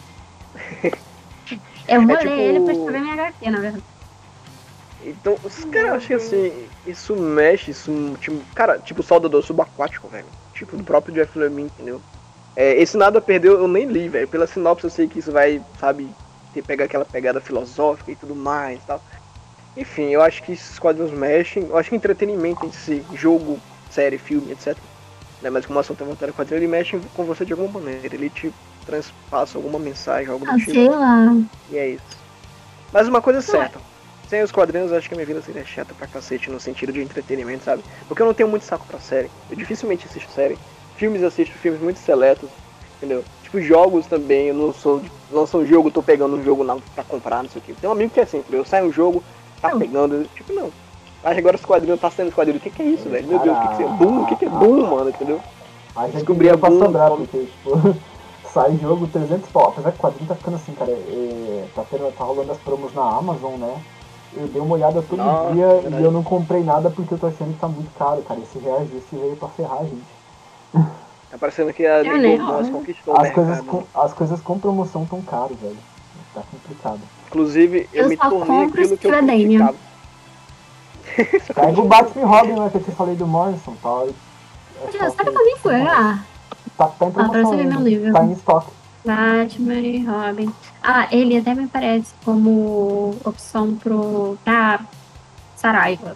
Eu vou É ler tipo- ele pra escrever minha H Q, na verdade. Então, os caras acham que assim, isso mexe, isso. Tipo, cara, tipo o Soldador Subaquático, velho. Tipo, do próprio Jeff Lemire, entendeu? É, esse Nada Perdeu eu nem li, velho. Pela sinopse eu sei que isso vai, sabe, ter, pegar aquela pegada filosófica e tudo mais e tal. Enfim, eu acho que esses quadrinhos mexem. Eu acho que entretenimento em si, jogo, série, filme, etcétera. Né? Mas como o assunto é voltado ao quadrinho, ele mexe com você de alguma maneira. Ele te transpassa alguma mensagem, algo do Ah, tipo. sei lá. E é isso. Mas uma coisa é certa. sem os quadrinhos, eu acho que a minha vida seria chata pra cacete no sentido de entretenimento, sabe? Porque eu não tenho muito saco pra série. Eu dificilmente assisto série. Filmes, eu assisto filmes muito seletos, entendeu? Tipo, jogos também, eu não sou. Lança um jogo, tô pegando um jogo lá pra comprar, não sei o que. Tem um amigo que é assim, entendeu? Sai um jogo, tá Não. pegando. Tipo, não. Mas agora os quadrinhos, tá saindo os quadrinhos. O que, que é isso, velho? Meu Deus, o que, que é Boom? O que, que é Boom, mano? Entendeu? Aí já Descobri queria a pra Boom. sobrar, como- porque, tipo, sai jogo trezentos pau. Apesar que o quadrinho tá ficando assim, cara, é, tá, tendo, tá rolando as promos na Amazon, né? Eu dei uma olhada todo Nossa, dia verdade. e eu não comprei nada porque eu tô achando que tá muito caro, cara. Esse reajuste veio pra ferrar a gente. Tá parecendo que a Eu Lei nem Bourbon olho. conquistou o As coisas, mercado. com, as coisas com promoção tão caro, velho. Tá complicado. Inclusive, eu, Eu me só tornei compro aquilo que eu se tiver Daniel. criticava. Pega o Batman e Robin, né, que eu te falei do Morrison, tá? É só Sabe que- que eu nem fui olhar? Tá, tá em Ah, pra promoção você ver meu ainda. livro. Tá em estoque. Batman e Robin. Ah, ele até me aparece como opção pro, pra Saraiva.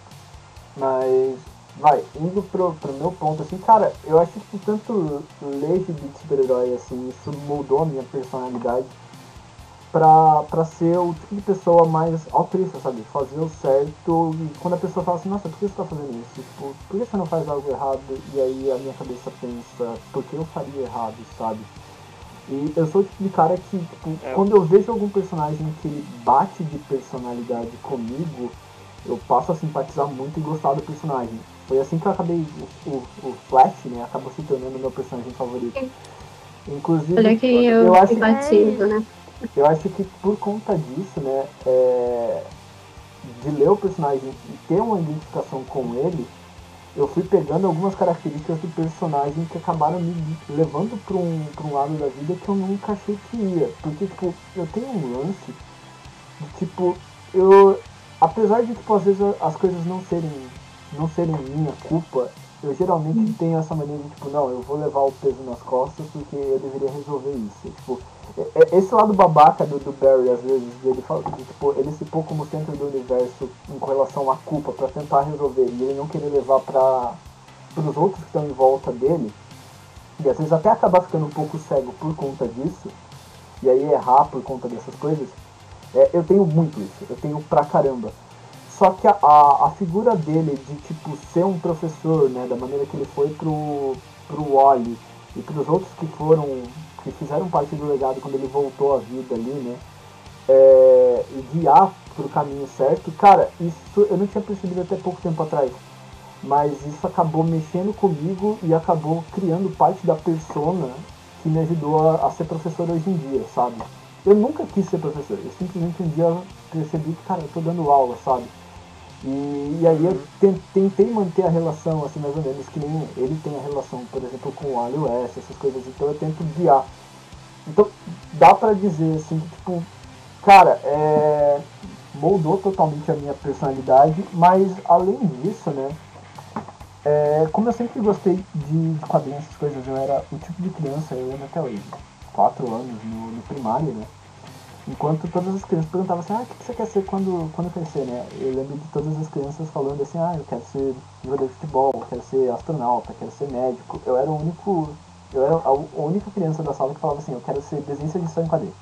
Mas, vai, indo pro, pro meu ponto, assim, cara, eu acho que tanto ler gibi de super-herói, assim, isso mudou a minha personalidade pra, pra ser o tipo de pessoa mais altruísta, sabe? Fazer o certo e quando a pessoa fala assim, nossa, por que você tá fazendo isso? Tipo, por que você não faz algo errado? E aí a minha cabeça pensa, por que eu faria errado, sabe? E eu sou o tipo de cara que, tipo, É. quando eu vejo algum personagem que ele bate de personalidade comigo, eu passo a simpatizar muito e gostar do personagem. Foi assim que eu acabei, o, o, o Flash, né, acabou se tornando meu personagem favorito. Inclusive, Olha que eu, eu acho, simpatizo, né? eu acho que por conta disso, né, é, de ler o personagem e ter uma identificação com ele, eu fui pegando algumas características do personagem que acabaram me levando para um, pra um lado da vida que eu nunca achei que ia. Porque, tipo, eu tenho um lance de, tipo, eu... Apesar de, tipo, às vezes as coisas não serem, não serem minha culpa, eu geralmente tenho essa mania de, tipo, não, eu vou levar o peso nas costas porque eu deveria resolver isso. Tipo, esse lado babaca do, do Barry, às vezes, de ele, de, tipo, ele se pôr como centro do universo em relação à culpa pra tentar resolver e ele não querer levar para os outros que estão em volta dele, e às vezes até acabar ficando um pouco cego por conta disso, e aí errar por conta dessas coisas, é, eu tenho muito isso, eu tenho pra caramba. Só que a, a, a figura dele de, tipo, ser um professor, né, da maneira que ele foi pro, pro Wally e pros outros que foram, que fizeram parte do legado quando ele voltou à vida ali, né, é, e guiar pro caminho certo, cara, isso eu não tinha percebido até pouco tempo atrás. Mas isso acabou mexendo comigo e acabou criando parte da persona que me ajudou a, a ser professor hoje em dia, sabe? Eu nunca quis ser professor, eu simplesmente um dia percebi que, cara, eu tô dando aula, sabe? E, e aí eu ten- tentei manter a relação, assim, mais ou menos, que nem ele tem a relação, por exemplo, com o Ali West, essas coisas, então eu tento guiar. Então, dá pra dizer, assim, que, tipo, cara, é... moldou totalmente a minha personalidade, mas além disso, né, é, como eu sempre gostei de, de quadrinhos, essas coisas, eu era o tipo de criança, eu lembro até hoje, quatro anos no, no primário, né? Enquanto todas as crianças perguntavam assim, ah, o que você quer ser quando, quando crescer, né? Eu lembro de todas as crianças falando assim, ah, eu quero ser jogador de futebol, eu quero ser astronauta, eu quero ser médico. Eu era o único, eu era a única criança da sala que falava assim, eu quero ser desenhista de história em quadrinhos.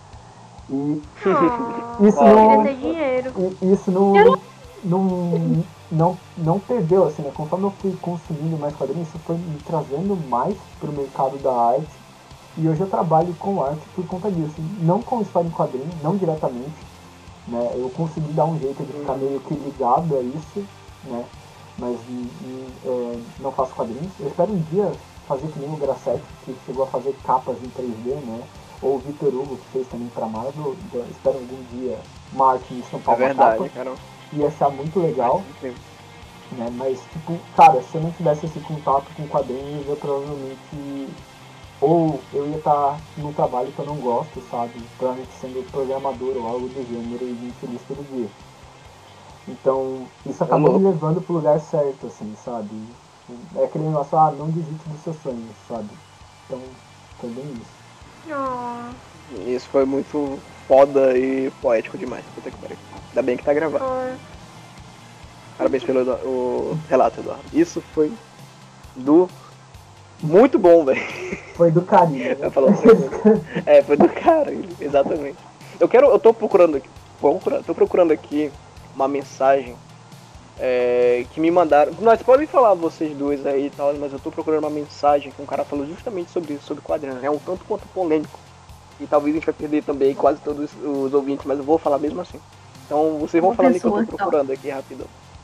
E Oh, isso eu não, queria ter dinheiro. e isso não, não, não, não, não perdeu, assim, né? Conforme eu fui consumindo mais quadrinhos, isso foi me trazendo mais pro mercado da arte. E hoje eu trabalho com arte por conta disso. Não com história em quadrinho, não diretamente. Né? Eu consegui dar um jeito de ficar meio que ligado a isso, né? Mas e, e, é, não faço quadrinhos. Eu espero um dia fazer que nem o Grassetti, que chegou a fazer capas em três D, né? Ou o Vitor Hugo, que fez também pra Marvel. Eu espero algum dia uma arte em São É Paulo, uma verdade, capa. cara. E achar muito legal. Incrível. Né? Mas, tipo, cara, se eu não tivesse esse contato com quadrinhos, eu provavelmente... Ou eu ia estar num trabalho que eu não gosto, sabe? Provavelmente sendo programador ou algo do gênero e infeliz todo dia. Então, isso acabou me levando pro lugar certo, assim, sabe? É aquele negócio, ah, não desiste dos seus sonhos, sabe? Então, foi bem isso. Oh, Isso foi muito foda e poético demais. Puta que pariu. Ainda bem que tá gravado. oh. Parabéns pelo Edu- o relato, Eduardo. Isso foi do... Muito bom, velho. Foi do carinho, né? Eu falo pra você. É, foi do cara, exatamente. Eu quero, eu tô procurando aqui. procurando, tô procurando aqui uma mensagem é, que me mandaram. Nós podem falar vocês dois aí e tal, mas eu tô procurando uma mensagem que um cara falou justamente sobre isso, sobre quadrinhos. É um tanto quanto polêmico. E talvez a gente vai perder também quase todos os ouvintes, mas eu vou falar mesmo assim. Então vocês vão Uma falando que eu tô pessoa, procurando aqui rapidão.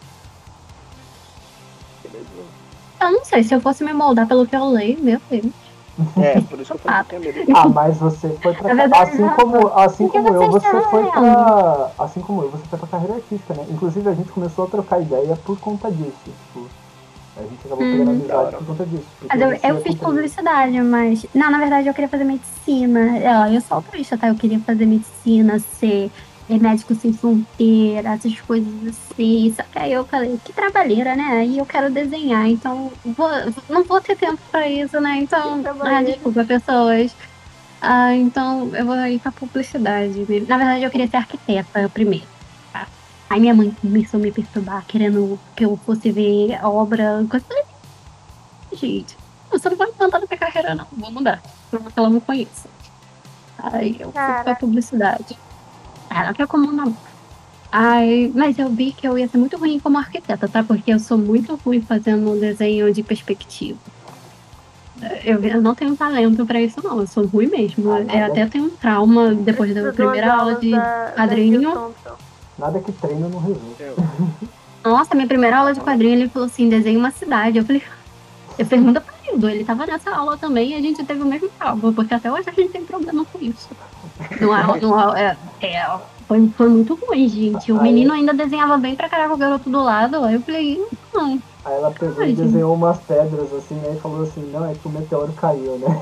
Beleza? Eu não sei, se eu fosse me moldar pelo que eu leio, meu Deus. É, por isso que eu falei que eu tinha medo. Ah, mas você foi pra. É verdade, Assim não. como, assim Por que como eu, você você está foi lendo? pra. Assim como eu, você foi pra carreira artística, né? Inclusive a gente começou a trocar ideia por conta disso. Tipo, a gente acabou pegando Hum. amizade por conta disso. porque Mas eu, você eu é fiz conteúdo. publicidade, mas. Não, na verdade eu queria fazer medicina. Ó, eu sou altruísta, tá? Eu queria fazer medicina, ser é, médico sem fronteira, essas coisas assim. Só que aí eu falei, que trabalheira, né? Aí eu quero desenhar, então vou, não vou ter tempo pra isso, né? Então. Que Ah, trabalheira. desculpa, pessoas. Ah, então eu vou ir pra publicidade. Na verdade, eu queria ser arquiteta primeiro. Tá? Aí minha mãe começou a me perturbar, querendo que eu fosse ver a obra. Eu falei, gente, você não vai plantar na minha carreira, não. Vou mudar. Porque ela não conhece. Aí eu fui pra Cara. publicidade. Ela quer como não. Aí, mas eu vi que eu ia ser muito ruim como arquiteta, tá? Porque eu sou muito ruim fazendo um desenho de perspectiva. Eu, eu não tenho talento pra isso, não. Eu sou ruim mesmo. Ah, Eu nada. até tenho um trauma depois da Preciso de primeira umas aula aulas de da, da quadrinho. Jill Thompson. Nada que treino não resolve. Eu- Nossa, minha primeira aula de quadrinho, ele falou assim, desenha uma cidade. Eu falei, eu pergunta pra Hildo, ele tava nessa aula também e a gente teve o mesmo trauma, porque até hoje a gente tem problema com isso. Não é, não é, é, foi, foi muito ruim, gente. O menino ainda desenhava bem pra caraca o garoto do lado. Aí eu falei, não. Aí ela pegou Ai, e gente. desenhou umas pedras assim, né? E falou assim, não, é que o meteoro caiu, né?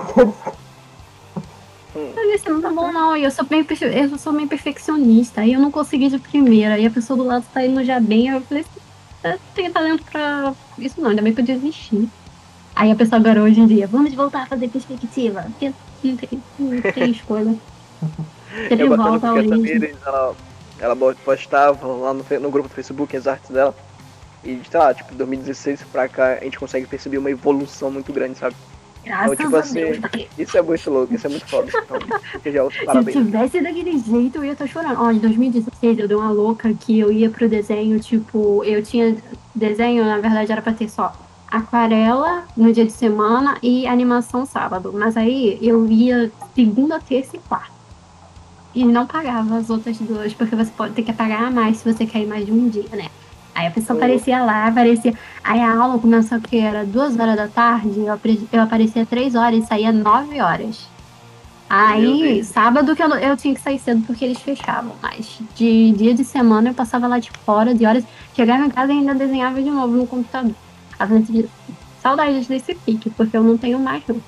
hum, Eu falei, isso não tá bom, não. E eu sou meio, perfe- eu sou meio perfeccionista. Aí eu não consegui de primeira. E a pessoa do lado tá indo já bem. Aí eu falei, eu não tenho talento pra isso, não. Ainda bem que eu desisti. Aí a pessoa agora hoje em dia, vamos voltar a fazer perspectiva. Porque não tem, não tem escolha. Sempre É bacana volta à porque a origem. Tamires, ela, ela postava lá no, fe- no grupo do Facebook as artes dela. E, sei lá, tipo, de dois mil e dezesseis pra cá, a gente consegue perceber uma evolução muito grande, sabe? Graças tipo a assim, Deus. Porque Isso é muito louco, isso é muito foda. Então, fica já os se eu parabéns. tivesse daquele jeito, eu ia estar chorando. Ó, em dois mil e dezesseis eu dei uma louca que eu ia pro desenho, tipo, eu tinha desenho, na verdade era pra ter só aquarela no dia de semana e animação sábado. Mas aí eu ia segunda, terça e quarta. E não pagava as outras duas, porque você pode ter que pagar a mais se você quer ir mais de um dia, né? Aí a pessoa Uhum. aparecia lá, aparecia. Aí a aula começou que era duas horas da tarde, eu, apre- eu aparecia três horas e saía nove horas. Meu Aí, Deus. sábado que eu, não- eu tinha que sair cedo porque eles fechavam. Mas de dia de semana eu passava lá tipo horas e horas. Chegava em casa e ainda desenhava de novo no computador. A gente, saudades desse pique, porque eu não tenho mais, não.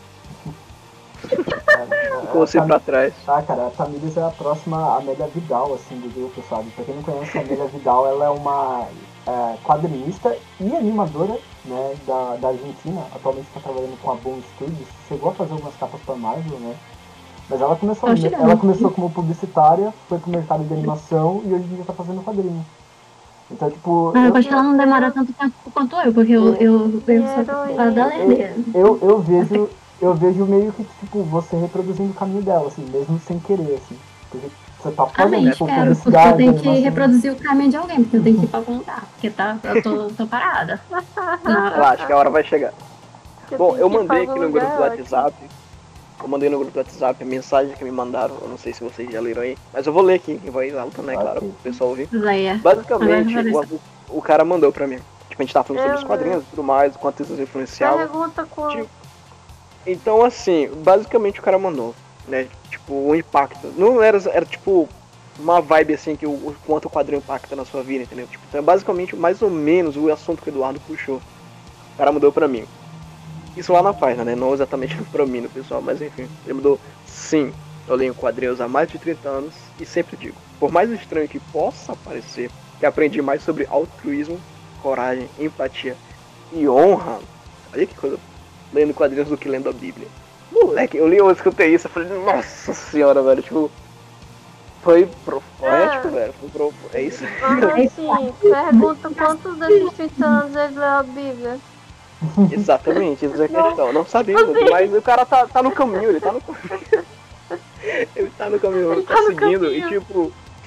Ficou assim pra trás. Ah, cara, a Tamires é a próxima Amélia Vidal, assim, do grupo, sabe? Pra quem não conhece, a Amélia Vidal, ela é uma é, quadrinista e animadora, né, da, da Argentina. Atualmente está trabalhando com a Boom Studios. Chegou a fazer algumas capas pra Marvel, né? Mas ela começou, Eu cheguei. ela começou como publicitária, foi pro mercado de animação e hoje em dia tá fazendo quadrinho. Então, tipo... Mas eu- eu acho que ela não demora tanto tempo quanto eu, porque eu, eu, eu sou a da Lerner. eu, eu vejo eu vejo meio que tipo você reproduzindo o caminho dela, assim, mesmo sem querer, assim, porque você tá fazendo Amém, tipo, espero, porque eu publicidade, tenho que animação. reproduzir o caminho de alguém, porque eu tenho que ir pra algum lugar, porque tá, eu tô, tô parada. Não, Relaxa, que a hora vai chegar. Que Bom, tem eu que ir mandei pra aqui algum no grupo lugar, do é ótimo. WhatsApp. Eu mandei no grupo do WhatsApp a mensagem que me mandaram. Eu não sei se vocês já leram aí. Mas eu vou ler aqui, eu vou ir alto, né? Claro, Ok. pro pessoal ouvir. Leia. Basicamente, Agora eu vou o, o cara mandou pra mim. Tipo, a gente tava falando sobre Eu os quadrinhos e tudo mais, o quanto isso influenciava. Pergunta com... Tipo, Então, assim, basicamente o cara mandou, né? Tipo, o impacto. Não era, era tipo, uma vibe assim, que o, o quanto o quadrinho impacta na sua vida, entendeu? Tipo, então é basicamente mais ou menos o assunto que o Eduardo puxou. O cara mandou pra mim. Isso lá na página, né? Não exatamente pra mim, no pessoal, mas enfim. Ele mandou, sim, eu leio quadrinhos há mais de trinta anos e sempre digo, por mais estranho que possa parecer, que aprendi mais sobre altruísmo, coragem, empatia e honra. Olha que coisa, lendo quadrinhos do que lendo a Bíblia. Moleque, eu li, eu escutei isso, eu falei, nossa senhora, velho, tipo, foi profético, Ah. velho, foi pro... é isso. Mas assim, pergunta quantos desses trinta anos ele leu a Bíblia. Exatamente, essa é a questão. Não sabemos, mas o cara tá, tá no caminho, ele tá no caminho. Ele tá no caminho, Ele tá, tá no seguindo caminho. e tipo.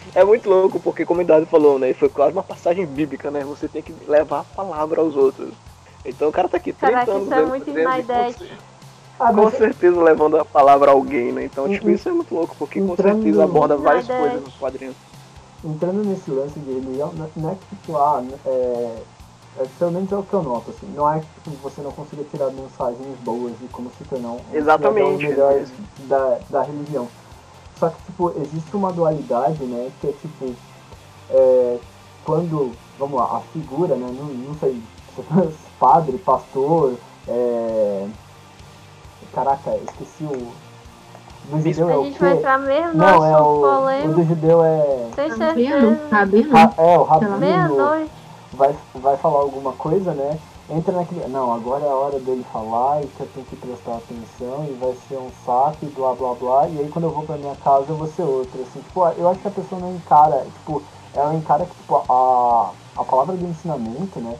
É muito louco, porque como o Dado falou, né? Foi quase uma passagem bíblica, né? Você tem que levar a palavra aos outros. Então o cara tá aqui trinta Caraca, anos isso é lendo muito quadrinhos e com, Snydete. Ah, com mas certeza levando a palavra a alguém, né? Então, tipo, En- isso é muito louco, porque com entrando- certeza aborda várias Snydete. coisas nos quadrinhos. entrando nesse lance de religião, não não é que tipo, ah, é, é, pelo menos é o que eu noto, assim, não é que tipo, você não consiga tirar mensagens boas de como se tornar um Exatamente, cidadão melhor é isso. da, da religião. Só que, tipo, existe uma dualidade, né, que é, tipo, é, quando, vamos lá, a figura, né, não, não sei, padre, pastor, é, caraca, esqueci o... Do judeu é A o gente vai quê? entrar mesmo no Não, é assunto o, o polêmico. do judeu é... Tem Rabino, certeza. Rabino. Ra- é, o rabino Meia-noite. vai, vai falar alguma coisa, né? Entra naquele. Não, agora é a hora dele falar e que eu tenho que prestar atenção e vai ser um saco e blá blá blá. E aí quando eu vou pra minha casa eu vou ser outro. Assim, tipo, eu acho que a pessoa não encara, tipo, ela encara que tipo, a, a palavra do ensinamento, né?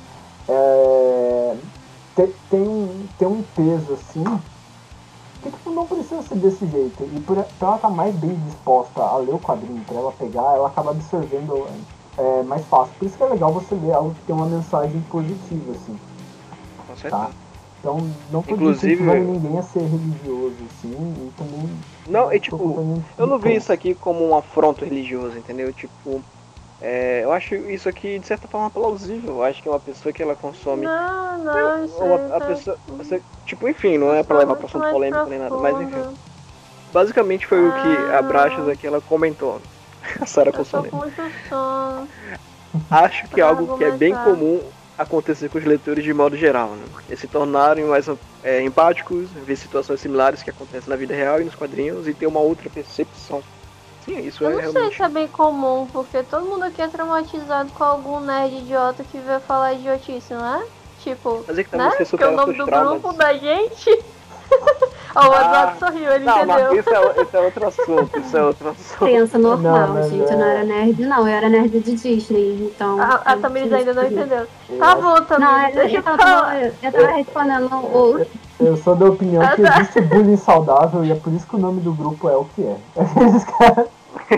É, tem, tem, um, tem um peso assim. Que tipo, não precisa ser desse jeito. E por, pra ela estar mais bem disposta a ler o quadrinho, pra ela pegar, ela acaba absorvendo é, mais fácil. Por isso que é legal você ler algo que tem uma mensagem positiva, assim. Com certeza. Tá? Então, não tô Inclusive- incentivando ninguém a ser religioso, assim, e também... Não, e tô tipo, contando eu não vi de isso aqui como um afronto religioso, entendeu? Tipo, é, eu acho isso aqui de certa forma plausível. Eu acho que uma pessoa que ela consome. Não, não, isso Uma, aí a tá pessoa, você, tipo, enfim, não é pra levar pra assunto polêmico nem nada, mas enfim. Basicamente foi o que a Brachas aqui ela comentou. A Sarah Eu tô Consonante. com muito sono. Acho que é Pra algo que é bem argumentar. comum acontecer com os leitores de modo geral, né? Eles se tornarem mais é, empáticos, ver situações similares que acontecem na vida real e nos quadrinhos e ter uma outra percepção. Sim, isso Eu é não sei realmente. se é bem comum, porque todo mundo aqui é traumatizado com algum nerd idiota que veio falar idiotice, não é? Tipo, Mas é que tá, né? você Porque o supera nome seus do traumas. grupo da gente... Ó, o Ah, Eduardo sorriu, ele Não, entendeu. mas isso é, isso é outro assunto, isso é outro assunto. Criança normal, Não, mas gente. Eu não é- era nerd, não. Eu era nerd de Disney, então... A, a eu Tamiris tive ainda não esse privilégio. entendeu. Eu Tá acho- bom, Não, Tamiris, eu, deixa eu, eu tava, falar. eu tava respondendo o... Eu sou da opinião Ah, que tá. existe bullying saudável e é por isso que o nome do grupo é o que é. Esses caras...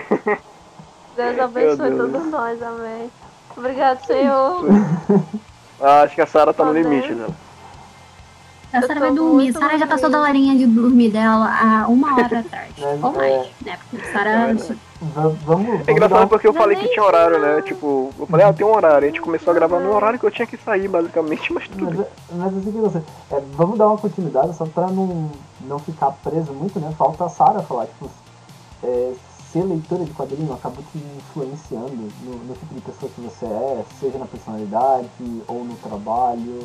Deus abençoe Meu Deus. todos nós, amém. Obrigado, Senhor. Ah, acho que a Sarah tá no Tá limite, vendo? né? A Eu Sarah tô vai dormir. muito Sarah já passou da dormindo. horinha de dormir dela há uma hora atrás. Mas, Ou mais, é- né? Porque É Sarah... verdade. Va- Vamos, vamos É dar engraçado uma- porque eu Não é falei que nem tinha horário, isso, né? não. Tipo, eu falei, ah, tem um horário. A gente começou a gravar no horário que eu tinha que sair, basicamente, mas tudo bem. Mas, mas assim que você. É, vamos dar uma continuidade só pra não, não ficar preso muito, né? Falta a Sarah falar, tipo, é, ser leitora de quadrinho acabou te influenciando no, no tipo de pessoa que você é, seja na personalidade ou no trabalho.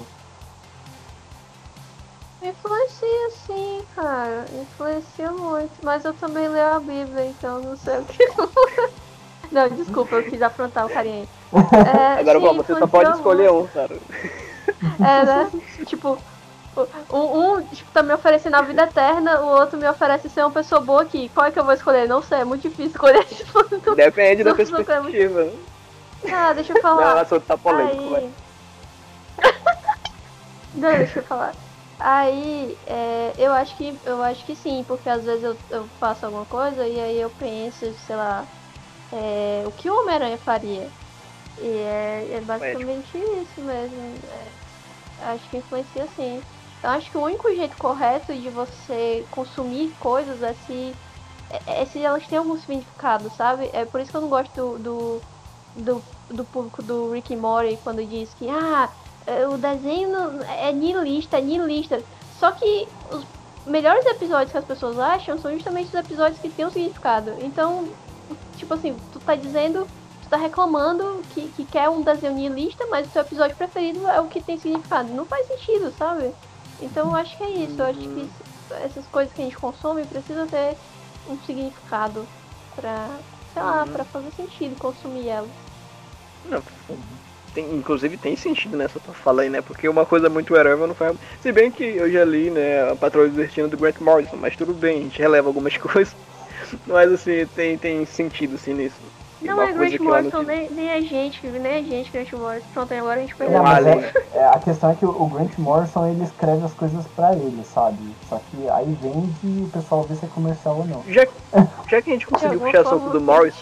Influencia sim, cara. Influencia muito. Mas eu também leio a Bíblia, então não sei o que. Não, desculpa, eu quis afrontar o carinha aí. É, Agora, sim, bom, você só influenciou pode escolher muito. um, Sarah. É, né? Tipo, um, um tipo, tá me oferecendo a vida eterna, o outro me oferece ser uma pessoa boa aqui. Qual é que eu vou escolher? Não sei, é muito difícil escolher. Tipo, Depende da Não, não quero perspectiva. ah, deixa eu Não, falar. assunto tá polêmico, vai. Aí... Não, deixa eu falar. Aí, é, eu acho que eu acho que sim, porque às vezes eu, eu faço alguma coisa e aí eu penso, sei lá, é, o que o Homem-Aranha faria. E é, é basicamente isso mesmo. É, acho que influencia sim. Eu acho que o único jeito correto de você consumir coisas é se, é, é se elas têm algum significado, sabe? É por isso que eu não gosto do, do, do, do público do Rick and Morty quando diz que ah, o desenho é niilista, é niilista. Só que os melhores episódios que as pessoas acham são justamente os episódios que têm um significado. Então, tipo assim, tu tá dizendo, tu tá reclamando que, que quer um desenho niilista, mas o seu episódio preferido é o que tem significado. Não faz sentido, sabe? Então eu acho que é isso. Eu acho que isso, essas coisas que a gente consome precisa ter um significado pra, sei lá, pra fazer sentido consumir elas. Não, tem, inclusive tem sentido nessa tua fala aí, né? Porque uma coisa muito whatever não faz. Se bem que eu já li, né, a Patrulha do Destino do Grant Morrison, mas tudo bem, a gente releva algumas coisas. Mas assim, tem, tem sentido assim nisso. E Não uma é coisa Grant que lá no Morrison, time- nem, nem a gente, nem a gente, Grant Morrison. Pronto, agora a gente É, perdeu. Um mas alien. é- é, a questão é que o, o Grant Morrison ele escreve as coisas pra ele, sabe? Só que aí vende e o pessoal vê se é comercial ou não. Já, já que a gente conseguiu alguma puxar assunto forma, do sim. Morrison,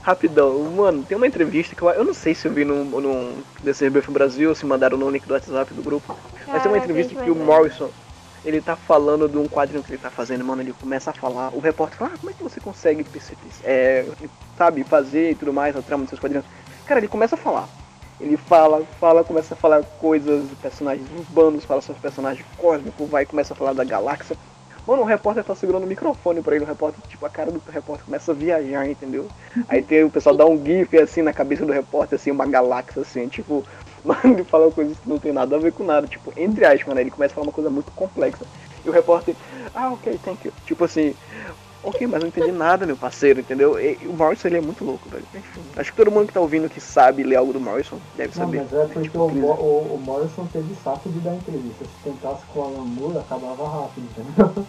Rapidão, mano, tem uma entrevista que eu, eu não sei se eu vi num, num desse Rebirth Brasil ou se mandaram no link do WhatsApp do grupo. Mas tem uma Caraca, entrevista gente, que o mas- Morrison, ele tá falando de um quadrinho que ele tá fazendo, mano, ele começa a falar, o repórter fala, ah, como é que você consegue perceber, é, sabe, fazer e tudo mais, a trama dos seus quadrinhos. Cara, ele começa a falar. Ele fala, fala, começa a falar coisas de personagens urbanos, fala sobre personagens cósmicos, vai, começa a falar da galáxia. Mano, o repórter tá segurando o microfone pra ele, o repórter, tipo, a cara do repórter começa a viajar, entendeu? Aí tem o pessoal dá um gif assim na cabeça do repórter, assim, uma galáxia assim, tipo, mano, ele fala coisas que não tem nada a ver com nada, tipo, entre aspas, né? Ele começa a falar uma coisa muito complexa. E o repórter, ah, ok, thank you. Tipo assim, ok, mas não entendi nada, meu parceiro, entendeu? E, e o Morrison, ele é muito louco, velho. Enfim, acho que todo mundo que tá ouvindo que sabe ler algo do Morrison deve Não, saber. mas é porque tipo, o, crise. Mo- o, o Morrison teve saco de dar entrevista. Se tentasse com o Alan Moore, acabava rápido, entendeu?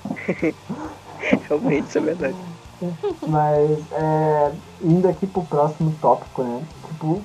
Realmente, isso é verdade. Mas, é, indo aqui pro próximo tópico, né? Tipo,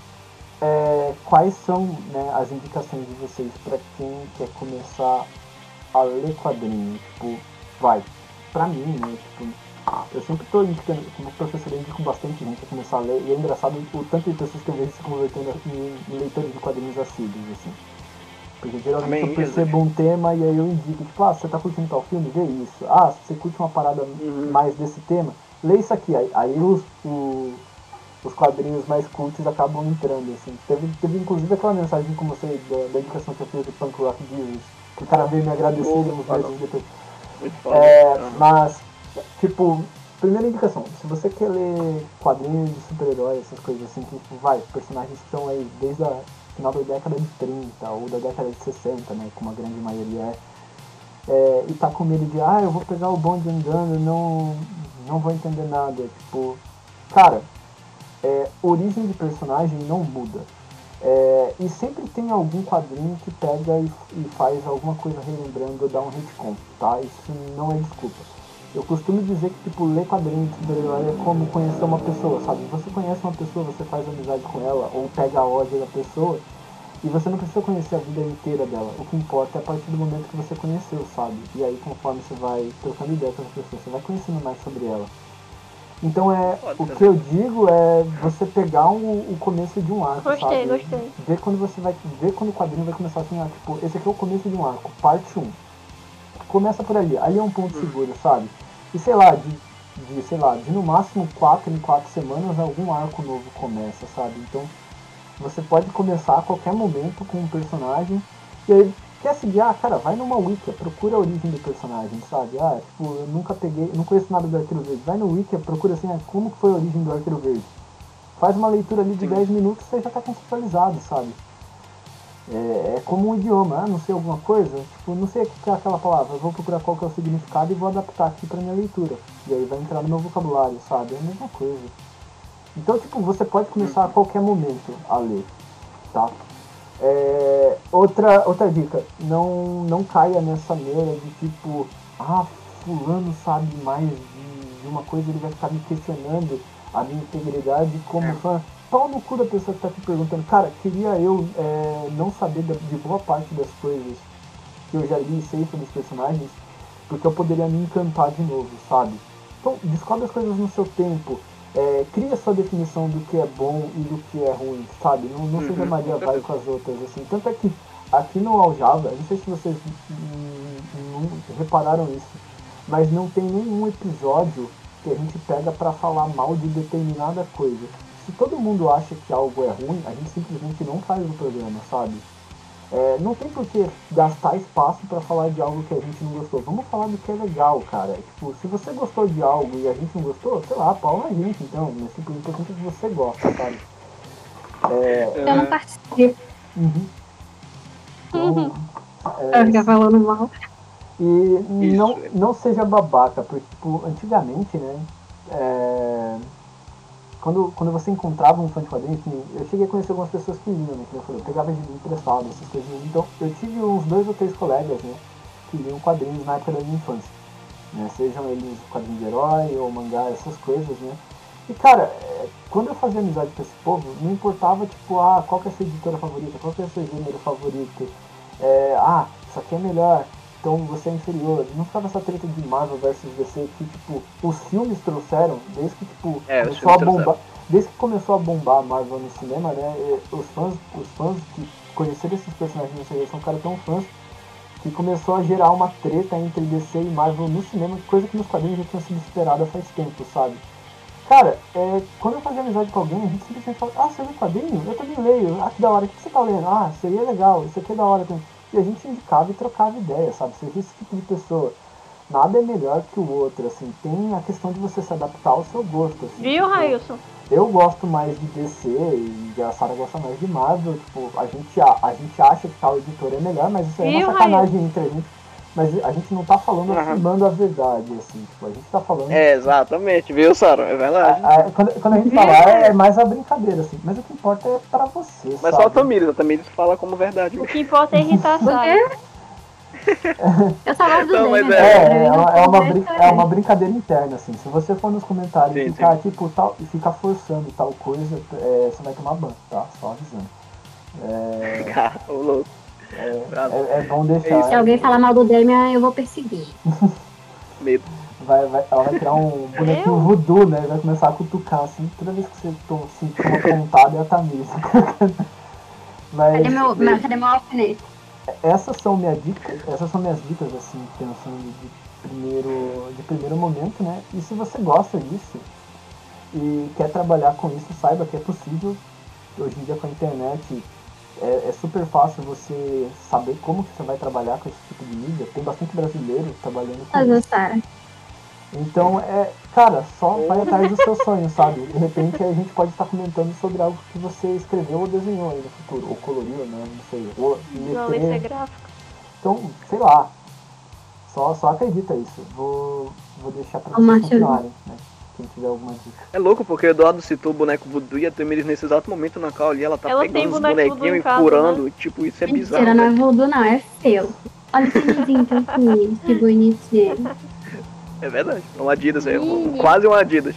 é, quais são, né, as indicações de vocês pra quem quer começar a ler quadrinhos? Tipo, vai, pra mim, né? Tipo, eu sempre tô indicando, como professor, eu indico bastante gente a começar a ler, e é engraçado o tanto de pessoas que eu vejo se convertendo em, em leitores de quadrinhos assíduos, assim. Porque geralmente Amém, eu percebo um tema e aí eu indico, tipo, ah, você tá curtindo tal filme? Vê isso. Ah, se você curte uma parada Uhum. mais desse tema, lê isso aqui. Aí, aí os, o, os quadrinhos mais cultos acabam entrando, assim. Teve, teve inclusive aquela mensagem com você da, da indicação que eu fiz do Punk Rock Jesus, que o cara veio me agradecer Oh, uns foda. meses depois. Muito foda. É, Uhum. mas, tipo, primeira indicação, se você quer ler quadrinhos de super-herói, essas coisas assim, que tipo, vai, personagens que estão aí desde a final da década de trinta ou da década de sessenta, né, como a grande maioria é, é e tá com medo de, ah, eu vou pegar o bonde andando e não, não vou entender nada. Tipo, cara, é, origem de personagem não muda. É, e sempre tem algum quadrinho que pega e, e faz alguma coisa relembrando ou dá um retcon, tá? Isso não é desculpa. Eu costumo dizer que, tipo, ler quadrinhos de super-herói é como conhecer uma pessoa, sabe? Você conhece uma pessoa, você faz amizade com ela, ou pega a ódio da pessoa, e você não precisa conhecer a vida inteira dela. O que importa é a partir do momento que você conheceu, sabe? E aí, conforme você vai trocando ideia com essa pessoa, você vai conhecendo mais sobre ela. Então, é, o que eu digo é você pegar o, o começo de um arco, Gostei, sabe? gostei. Ver quando você vai, ver quando o quadrinho vai começar assim, ah, tipo, esse aqui é o começo de um arco, parte um. Começa por ali, ali é um ponto seguro, sabe? E sei lá, de, de sei lá, de no máximo quatro em quatro semanas algum arco novo começa, sabe? Então você pode começar a qualquer momento com um personagem e aí quer seguir, ah, cara, vai numa wiki, procura a origem do personagem, sabe? Ah, tipo, eu nunca peguei, não conheço nada do Arqueiro Verde. Vai no wiki, procura assim, ah, como que foi a origem do Arqueiro Verde. Faz uma leitura ali de Sim. dez minutos e você já tá conceitualizado, sabe? É, é como um idioma, ah, não sei alguma coisa, tipo, não sei o que é aquela palavra, eu vou procurar qual que é o significado e vou adaptar aqui pra minha leitura. E aí vai entrar no meu vocabulário, sabe? É a mesma coisa. Então, tipo, você pode começar a qualquer momento a ler, tá? É, outra, outra dica, não, não caia nessa neura de tipo, ah, fulano sabe mais de, de uma coisa, ele vai ficar me questionando a minha integridade como fã. Pau no cu da pessoa que tá te perguntando, cara, queria eu é, não saber de, de boa parte das coisas que eu já li e sei sobre os personagens, porque eu poderia me encantar de novo, sabe? Então, descobre as coisas no seu tempo. É, cria sua definição do que é bom e do que é ruim, sabe? Não, não Uhum, seja Maria com vai certeza. com as outras, assim. Tanto é que aqui no Aljava, não sei se vocês hum, hum, repararam isso, mas não tem nenhum episódio que a gente pega pra falar mal de determinada coisa. Se todo mundo acha que algo é ruim, a gente simplesmente não faz o programa, sabe? É, não tem por que gastar espaço pra falar de algo que a gente não gostou. Vamos falar do que é legal, cara. Tipo, se você gostou de algo e a gente não gostou, sei lá, pau na gente, então. Mas tipo, o importante é que você gosta, sabe? Eu não participo. Uhum. Então, Pra ficar falando mal. e Isso, não, é. não seja babaca, porque tipo, antigamente, né? É, quando, quando você encontrava um fã de quadrinhos, assim, eu cheguei a conhecer algumas pessoas que liam, né? Que eu, falei, eu pegava de emprestado, essas coisas. Então, eu tive uns dois ou três colegas, né? Que liam quadrinhos na época da minha infância. Né, sejam eles quadrinhos de herói ou mangá, essas coisas, né? E cara, é, quando eu fazia amizade com esse povo, não importava tipo, ah, qual que é a sua editora favorita, qual que é o seu gênero favorito, é, ah, isso aqui é melhor, então você é inferior. Não ficava essa treta de Marvel versus D C que, tipo, os filmes trouxeram, desde que, tipo, É, os começou a filmes bombar. Desde que começou a bombar a Marvel no cinema, né? Os fãs, os fãs que conheceram esses personagens no cinema são caras tão fãs que começou a gerar uma treta entre D C e Marvel no cinema, coisa que nos quadrinhos já tinha sido esperada faz tempo, sabe? Cara, é, quando eu fazia amizade com alguém, a gente simplesmente fala, ah, você lê quadrinho? Eu também leio. Ah, que da hora, o que você tá lendo? Ah, isso aí é legal, isso aqui é da hora também. E a gente indicava e trocava ideia, sabe? Seja esse tipo de pessoa. Nada é melhor que o outro, assim. Tem a questão de você se adaptar ao seu gosto, assim. Viu, tipo, Railson? eu gosto mais de D C e a Sarah gosta mais de Marvel. Tipo, a gente, a, a gente acha que tal editor é melhor, mas isso aí é Viu, uma sacanagem entre a gente. Mas a gente não tá falando Uhum. afirmando a verdade, assim. Tipo, a gente tá falando... É, exatamente, viu, Sara? É verdade. A- a- quando, quando a gente fala, é mais a brincadeira, assim. Mas o que importa é pra você, Mas sabe? só a Tamires, a Tamires fala como verdade. O que importa é irritar a Sarah. Eu só gosto do Não, mas Damian. é- É, é, uma, é, uma, brin- é uma brin... brincadeira interna, assim. Se você for nos comentários e Sim, ficar, sim. tipo, tal, e ficar forçando tal coisa, é, você vai tomar ban, tá? Só avisando. É, Cara, ô louco. é, Bravo. é, é bom É deixar. Se alguém falar mal do Damian, eu vou perseguir. Medo. Vai, vai, ela vai criar um bonequinho Eu? voodoo, né? Vai começar a cutucar, assim. Toda vez que você toma, sentir uma pontada, é a Tamires. Mas Cadê meu, meu, cadê meu alfinete? essas são minhas dicas, essas são minhas dicas, assim, pensando de primeiro, de primeiro momento, né? E se você gosta disso e quer trabalhar com isso, saiba que é possível. Hoje em dia com a internet é, é super fácil você saber como que você vai trabalhar com esse tipo de mídia. Tem bastante brasileiro trabalhando com Fazer, isso. Sara. Então, é, cara, só vai atrás do seu sonho, sabe? De repente a gente pode estar comentando sobre algo que você escreveu ou desenhou aí no futuro, ou coloriu, né? Não sei, ou Violência letreiro. gráfica. Então, sei lá. Só, só acredita isso. Vou, vou deixar pra Ô, vocês Márcio. continuarem, né? Quem tiver alguma dica. É louco, porque o Eduardo citou o boneco voodoo e a Tamires nesse exato momento na cal ali, ela tá Ela tem pegando os boneco voodoo bonequinhos em e casa, furando. Tipo, isso é bizarro. Mentira, não é velho. voodoo, não, é feio. Olha que lisinho que eu fiz, que bonitinho. É verdade. É um Adidas, é um- Ih. quase um Adidas.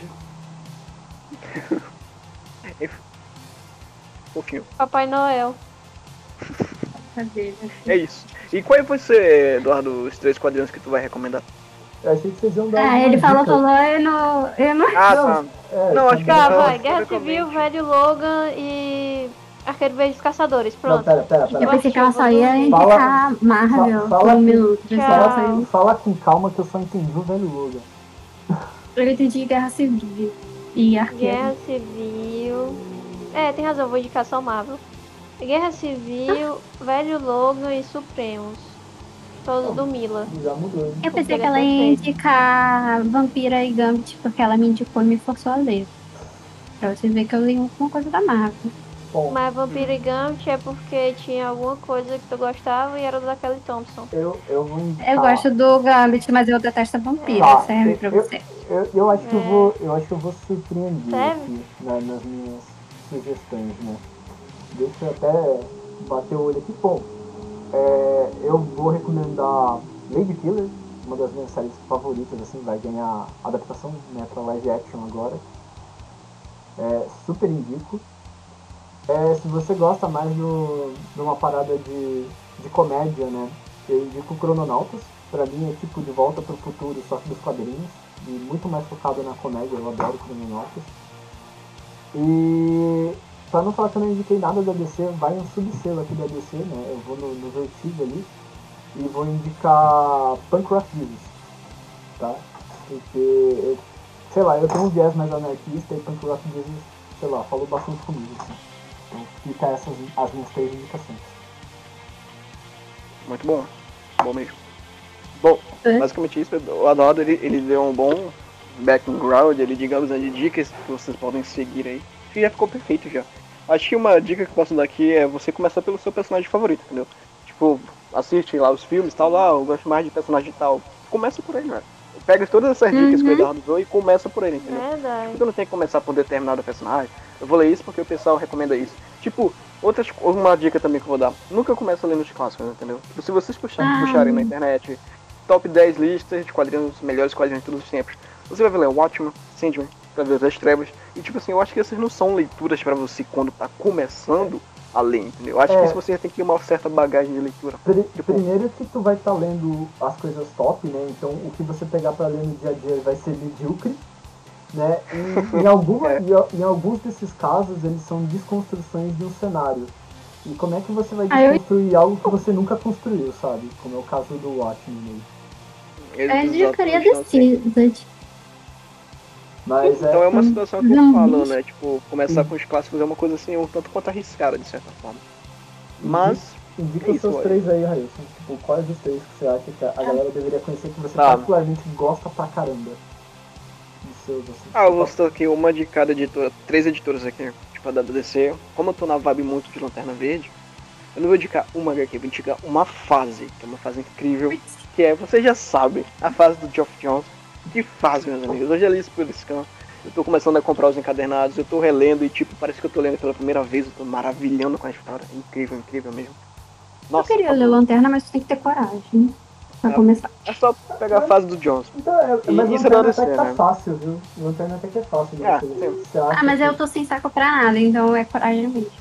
É fofinho. Papai Noel. Cadê? É isso. E qual vai ser, Eduardo, os três quadrinhos que tu vai recomendar? Eu achei que vocês iam dar Ah, alguma ele falou, dica. falou, eu não. Eu não. Ah, Não, tá. É, Não, acho que Tá, não, vai. acho Guerra que Civil, comente. Velho Logan e Arqueiro Verde dos Caçadores. Não, Pronto. pera, pera, Eu pera. pensei que ela só ia Fala- indicar Marvel fa- fala por um que- minuto. Tchau. Fala, Não. fala com calma que eu só entendi o velho Logan. Eu entendi Guerra Civil e Arqueiro. Guerra Civil. É, tem razão, vou indicar só Marvel. Guerra Civil, Velho Logan e Supremos. Todos do Mila. Já mudou, hein? Eu pensei Ele que é ela ia perfeito. indicar Vampira e Gambit, porque ela me indicou e me forçou a ler. Pra você ver que eu li alguma coisa da Marvel. Bom, Mas Vampiro e Gambit é porque tinha alguma coisa que tu gostava e era da Kelly Thompson. eu, eu vou indicar... Eu gosto do Gambit, mas eu detesto a Vampira. Tá, Serve eu- pra eu- você. Eu, eu acho que eu É. vou, eu acho que eu vou surpreender Sério? aqui na- nas minhas sugestões, né? Deixa eu até bater o olho aqui. Bom, é, eu vou recomendar Lady Killer, uma das minhas séries favoritas, assim, vai ganhar adaptação, né, pra live action agora. É, super indico. É, se você gosta mais do, de uma parada de, de comédia, né? Eu indico Crononautas. Pra mim é tipo De Volta pro Futuro, só que dos quadrinhos. E muito mais focado na comédia, eu adoro Crononautas. E pra não falar que eu não indiquei nada da D C, vai um subselo aqui da D C, né? Eu vou no, no Vertigo ali e vou indicar Punk Rock Jesus, tá? Porque, eu, sei lá, eu tenho um viés mais anarquista e Punk Rock Jesus, sei lá, falou bastante comigo, assim. Então fica essas as minhas três indicações. Muito bom. Bom mesmo. Bom, É. basicamente isso. O Adaldo, ele, ele deu um bom background, ele, digamos, né, de dicas que vocês podem seguir aí. Acho que já ficou perfeito já. Acho que uma dica que eu posso dar aqui é você começar pelo seu personagem favorito, entendeu? Tipo, assiste lá os filmes e tal, lá, eu gosto mais de personagem tal. Começa por ele, né? Pega todas essas dicas que o Eduardo deu e começa por ele, entendeu? Verdade. Eu não tenho que começar por determinado personagem. Eu vou ler isso porque o pessoal recomenda isso. Tipo, outras, uma dica também que eu vou dar. Nunca começa lendo os clássicos, entendeu? Tipo, se vocês puxar, Ah. puxarem na internet top dez listas de quadrinhos, melhores quadrinhos de todos os tempos, você vai ver o Watchmen, Sandman, vai ver as Trevas. E tipo assim, eu acho que essas não são leituras pra você quando tá começando além, entendeu? Eu acho É. que você tem que ter uma certa bagagem de leitura. Pri- Tipo, Primeiro que tu vai estar lendo as coisas top, né? Então o que você pegar pra ler no dia a dia vai ser medíocre, né? E em, alguma, É. em, em alguns desses casos eles são desconstruções de um cenário. E como é que você vai Ah, eu- desconstruir algo que você nunca construiu, sabe? Como é o caso do Watchmen. Eu exatamente, indicaria não sei. Decised. Mas Então é, é uma situação que eu Não, falo, bicho. né? Tipo, começar com os clássicos é uma coisa assim, um tanto quanto arriscada, de certa forma. Indi- Mas, indica é os isso, seus olha. três aí, Raíssa. Tipo, quais os três que você acha que a a galera deveria conhecer, que você Tá. particularmente gosta pra caramba? De seus, assim, Ah, eu que vou você citar aqui uma de cada editora, três editoras aqui, tipo a da D C. Como eu tô na vibe muito de Lanterna Verde, eu não vou indicar uma H Q, eu vou indicar uma fase, que é uma fase incrível, que é, vocês já sabem, a fase do Geoff Johns. Que fase, meus amigos, eu já li isso pelo scan, eu tô começando a comprar os encadernados, eu tô relendo e tipo, parece que eu tô lendo pela primeira vez, eu tô maravilhando com a história, é incrível, incrível mesmo. Eu Nossa, queria ler fabuloso. Lanterna, mas tu tem que ter coragem pra É. começar. É só pegar a fase do Jones. Então, é, E mas isso é da Lanterna D C, até que tá né? fácil, viu? Lanterna até que é fácil de Ah, você ler. sim. Você acha Ah, mas que, eu tô sem saco pra nada, então é coragem mesmo.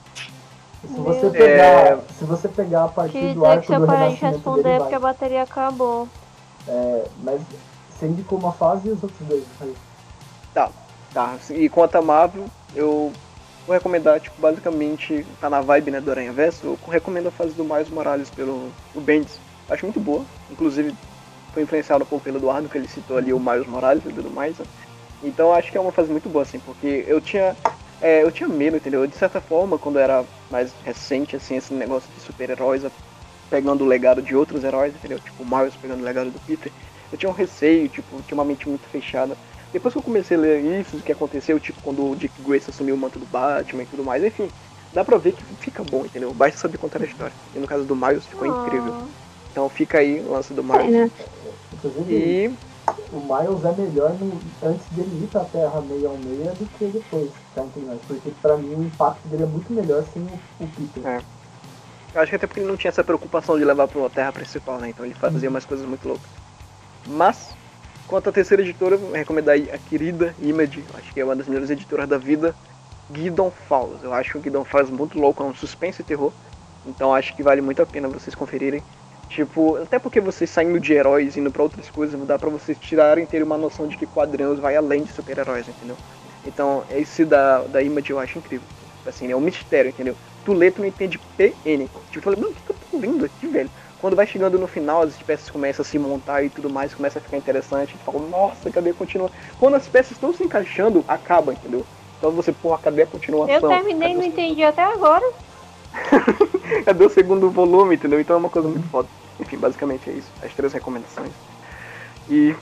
se você Meu pegar, É. se você pegar a partir Quis do dizer que arco se eu do parar de renascimento responder dele, é vai. porque a bateria acabou. É, mas você indicou uma fase e os outros dois. Aí. Tá, tá. E quanto a Marvel, eu vou recomendar, tipo, basicamente, tá na vibe, né, do Aranha Verso, eu recomendo a fase do Miles Morales pelo o Bendis. Acho muito boa, inclusive foi influenciado um pouco pelo Eduardo, que ele citou ali o Miles Morales e tudo mais, né? Então acho que é uma fase muito boa, assim, porque eu tinha, é, eu tinha medo, entendeu? De certa forma, quando era mais recente, assim, esse negócio de super-heróis, pegando o legado de outros heróis, entendeu? Tipo, o Miles pegando o legado do Peter, eu tinha um receio, tipo, tinha uma mente muito fechada. Depois que eu comecei a ler isso, o que aconteceu, tipo, quando o Dick Grayson assumiu o manto do Batman e tudo mais, enfim, dá pra ver que fica bom, entendeu? Basta saber contar a história. E no caso do Miles, ficou incrível. Ah, Então fica aí o lance do É, Miles. né? Inclusive, E o Miles é melhor no, antes dele ir pra Terra seiscentos e sessenta do que depois, tá entendendo? Porque pra mim o impacto dele é muito melhor sem o, o Peter. É. Eu acho que até porque ele não tinha essa preocupação de levar para uma terra principal, né? Então ele fazia umas coisas muito loucas. Mas, quanto à terceira editora, eu vou recomendar aí a querida Image, acho que é uma das melhores editoras da vida, Gideon Falls. Eu acho o Gideon Falls muito louco, é um suspense e terror. Então acho que vale muito a pena vocês conferirem. Tipo, até porque vocês saindo de heróis, indo pra outras coisas, dá pra vocês tirarem ter uma noção de que quadrinhos vai além de super-heróis, entendeu? Então, esse da, da Image eu acho incrível. Assim, é um mistério, entendeu? Tu lê, tu não entende P N. Tipo, eu falei, mano, o que, que eu tô lendo aqui, velho? Quando vai chegando no final, as peças começam a se montar e tudo mais, começa a ficar interessante. Tu fala, nossa, cadê a continuação? Quando as peças estão se encaixando, acaba, entendeu? Então você, porra, cadê a continuação? eu terminei e não entendi até agora. Cadê o segundo volume, entendeu? Então é uma coisa muito foda. Enfim, basicamente é isso. As três recomendações. E.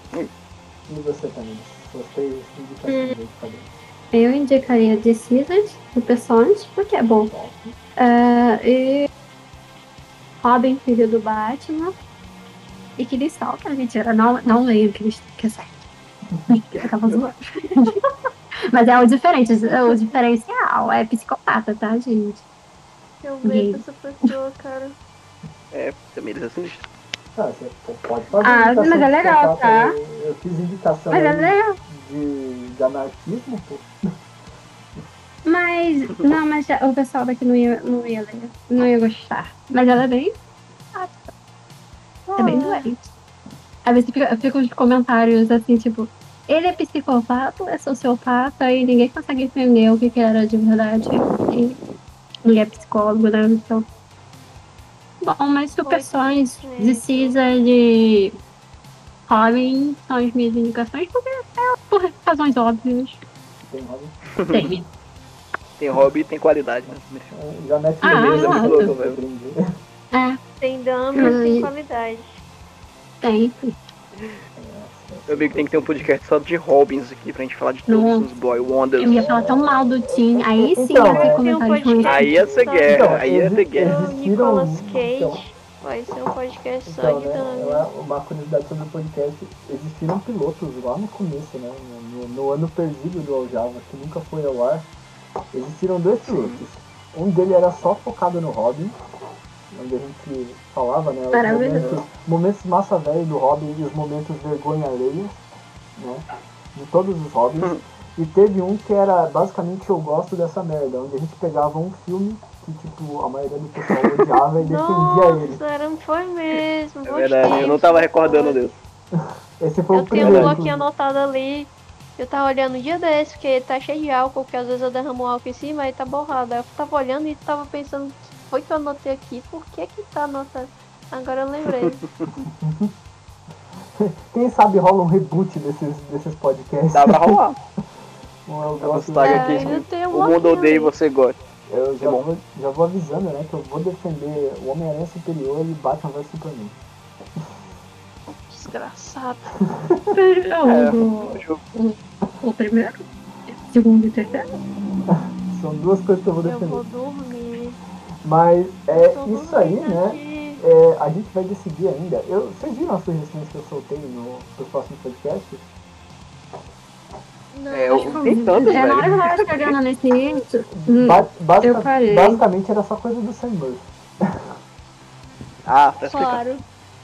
E você também? Suas três indicações aí de quadrinhos. Eu indicaria Decised, do Personas, porque é bom. É, e Robin, filho do Batman. E que Stalker, mentira, não, não leio que que é certo. Eu tava zoando. Mas é o diferente, o diferencial, é psicopata, tá, gente? Eu vejo essa pessoa, cara. É, também eles assim. Ah, você pode fazer Ah, indicação mas é de legal, psicopata, tá? Eu, eu fiz indicação Mas é aí legal. de, de anarquismo, pô. Mas, não, mas já- o pessoal daqui não ia, não ia ler, não ia gostar. Mas ela é bem. É bem doente. Às vezes fica, fica uns comentários assim, tipo, ele é psicopata, é sociopata e ninguém consegue entender o que, que era de verdade. E ele é psicólogo, né? Então. Bom, mas Supersons, Decisa de Robin são as minhas indicações, porque é por razões óbvias. Tem Robin. Tem. Tem hobby e tem qualidade, né? É, já mete Ah, no meio, é muito né? louco, velho. Brinde. É, Tem damage e tem Ai. qualidade. tem. Eu vi que tem que ter um podcast só de Robins aqui pra gente falar de todos Não. os Boy Wonders. Eu ia falar tão mal do Tim, aí sim Então, ia ter é. comentários Tem um ruins. podcast. Aí ia ser Então, guerra, aí ia ter exi- guerra. O existiram- Nicolas então, Cage vai ser um podcast só Então, de né, damage. ela- uma curiosidade sobre o podcast, existiram pilotos lá no começo, né, no, no ano perdido do Aljava, que nunca foi ao ar, existiram dois pilotos. Um dele era só focado no Robin, onde a gente falava, né, os Maravilhoso. momentos, momentos massa velho do Robin e os momentos vergonha alheia, né, de todos os Robins. E teve um que era basicamente Eu Gosto Dessa Merda, onde a gente pegava um filme que, tipo, a maioria do pessoal odiava e defendia ele. Nossa, era, foi mesmo. É gostei, verdade, eu não tava foi. recordando disso. Esse foi Eu o tenho um primeiro. bloquinho inclusive. anotado ali. Eu tava olhando um dia desse, porque tá cheio de álcool, que às vezes eu derramo álcool em cima e tá borrado. Aí eu tava olhando e tava pensando, foi que eu anotei aqui? Por que que tá anotado? Agora eu lembrei. Quem sabe rola um reboot desses, desses podcasts. Dá pra rolar. Bom, eu Tá gosto no tag É, aqui. eu tenho um O mundo bloquinho odeia e ali. você gosta. Eu já bom. vou, já vou avisando, né, que eu vou defender o Homem-Aranha Superior e Batman vs Superman. Desgraçado. É, O, o, o primeiro, segundo e terceiro. São duas coisas que eu vou Eu defender. vou dormir. Mas é Tô isso aí, dormindo né? aqui. É, a gente vai decidir ainda. Eu, vocês viram as sugestões que eu soltei no, pro próximo podcast? Não, É, eu- acho que tem tantos, É, na hora que velho. eu tava escrevendo nesse início, hum, Ba basica- eu parei. basicamente era só coisa do Sam Murphy. Ah, tá explicando. claro.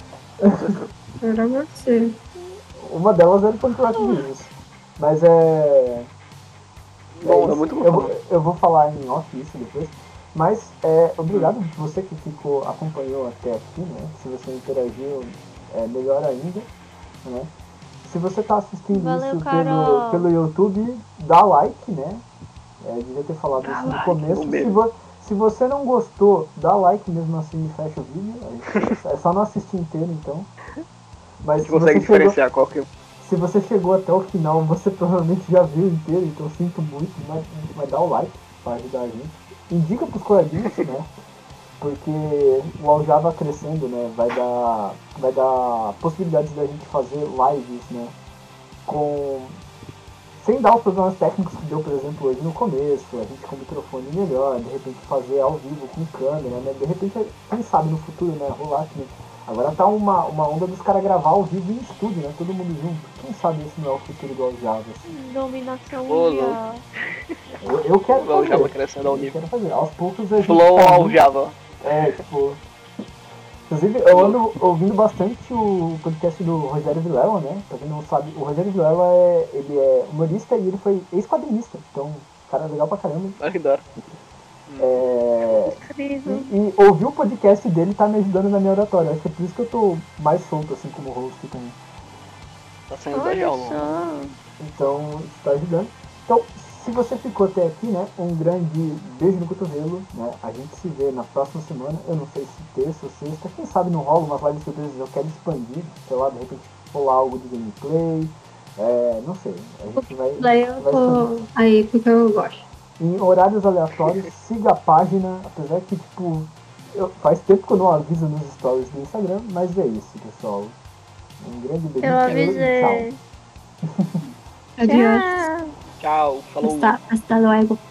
era você. Uma delas era o Punk Rock Jesus. Mas é. Bom, isso. é muito bom. Eu, vou- eu vou falar em off isso depois. Mas é, obrigado você que ficou, acompanhou até aqui, né? Se você interagiu, é melhor ainda, né? Se você está assistindo Valeu, isso pelo, Carol. pelo YouTube, dá like, né? É, devia ter falado Dá isso no like, começo. o Se, mesmo. vo- se você não gostou, dá like mesmo assim e fecha o vídeo. É só não assistir inteiro, então. Mas Você se consegue você, chegou, diferenciar qual que é. se você chegou até o final, você provavelmente já viu inteiro, então sinto muito, mas, mas dá o like para ajudar a gente. Indica pros coleguinhas, né? Porque o Aljava crescendo, né? Vai dar, vai dar possibilidades da gente fazer lives, né? Com sem dar os problemas técnicos que deu, por exemplo, hoje no começo, a gente com o microfone melhor, de repente fazer ao vivo com câmera, né? De repente, quem sabe no futuro, né? Rolar aqui. Agora tá uma, uma onda dos caras gravar ao vivo em estúdio, né? Todo mundo junto. Quem sabe esse não é o futuro do Aljava, assim. Dominação Ô, mundial. Eu, eu quero O Aljava fazer. crescendo ao Eu nível. quero fazer. Aos poucos a gente Flow tá ao muito- Java. É, tipo. Inclusive, eu ando ouvindo bastante o podcast do Rogério Vilela, né? Pra quem não sabe, o Rogério Vilela é, ele é humorista e ele foi ex-quadrinista. Então, cara legal pra caramba. Olha que da hora. É, Incrível. e, e ouvir o podcast dele tá me ajudando na minha oratória. Acho que é por isso que eu tô mais solto, assim, como host também. Tá saindo da Olha jaula. só. Então, isso tá ajudando. Então, se você ficou até aqui, né, um grande beijo no cotovelo, né, a gente se vê na próxima semana, eu não sei se terça ou sexta, quem sabe não rola umas lives surpresas, eu quero expandir, sei lá, de repente rolar algo de gameplay, é, não sei, a gente vai, Daí eu vai tô expandir. aí porque eu gosto. Em horários aleatórios, siga a página, apesar que, tipo, eu, faz tempo que eu não aviso nos stories do Instagram, mas é isso, pessoal. Um grande beijo Eu e tchau. avisei. Adiós. Tchau. Tchau, falou. Hasta, hasta luego.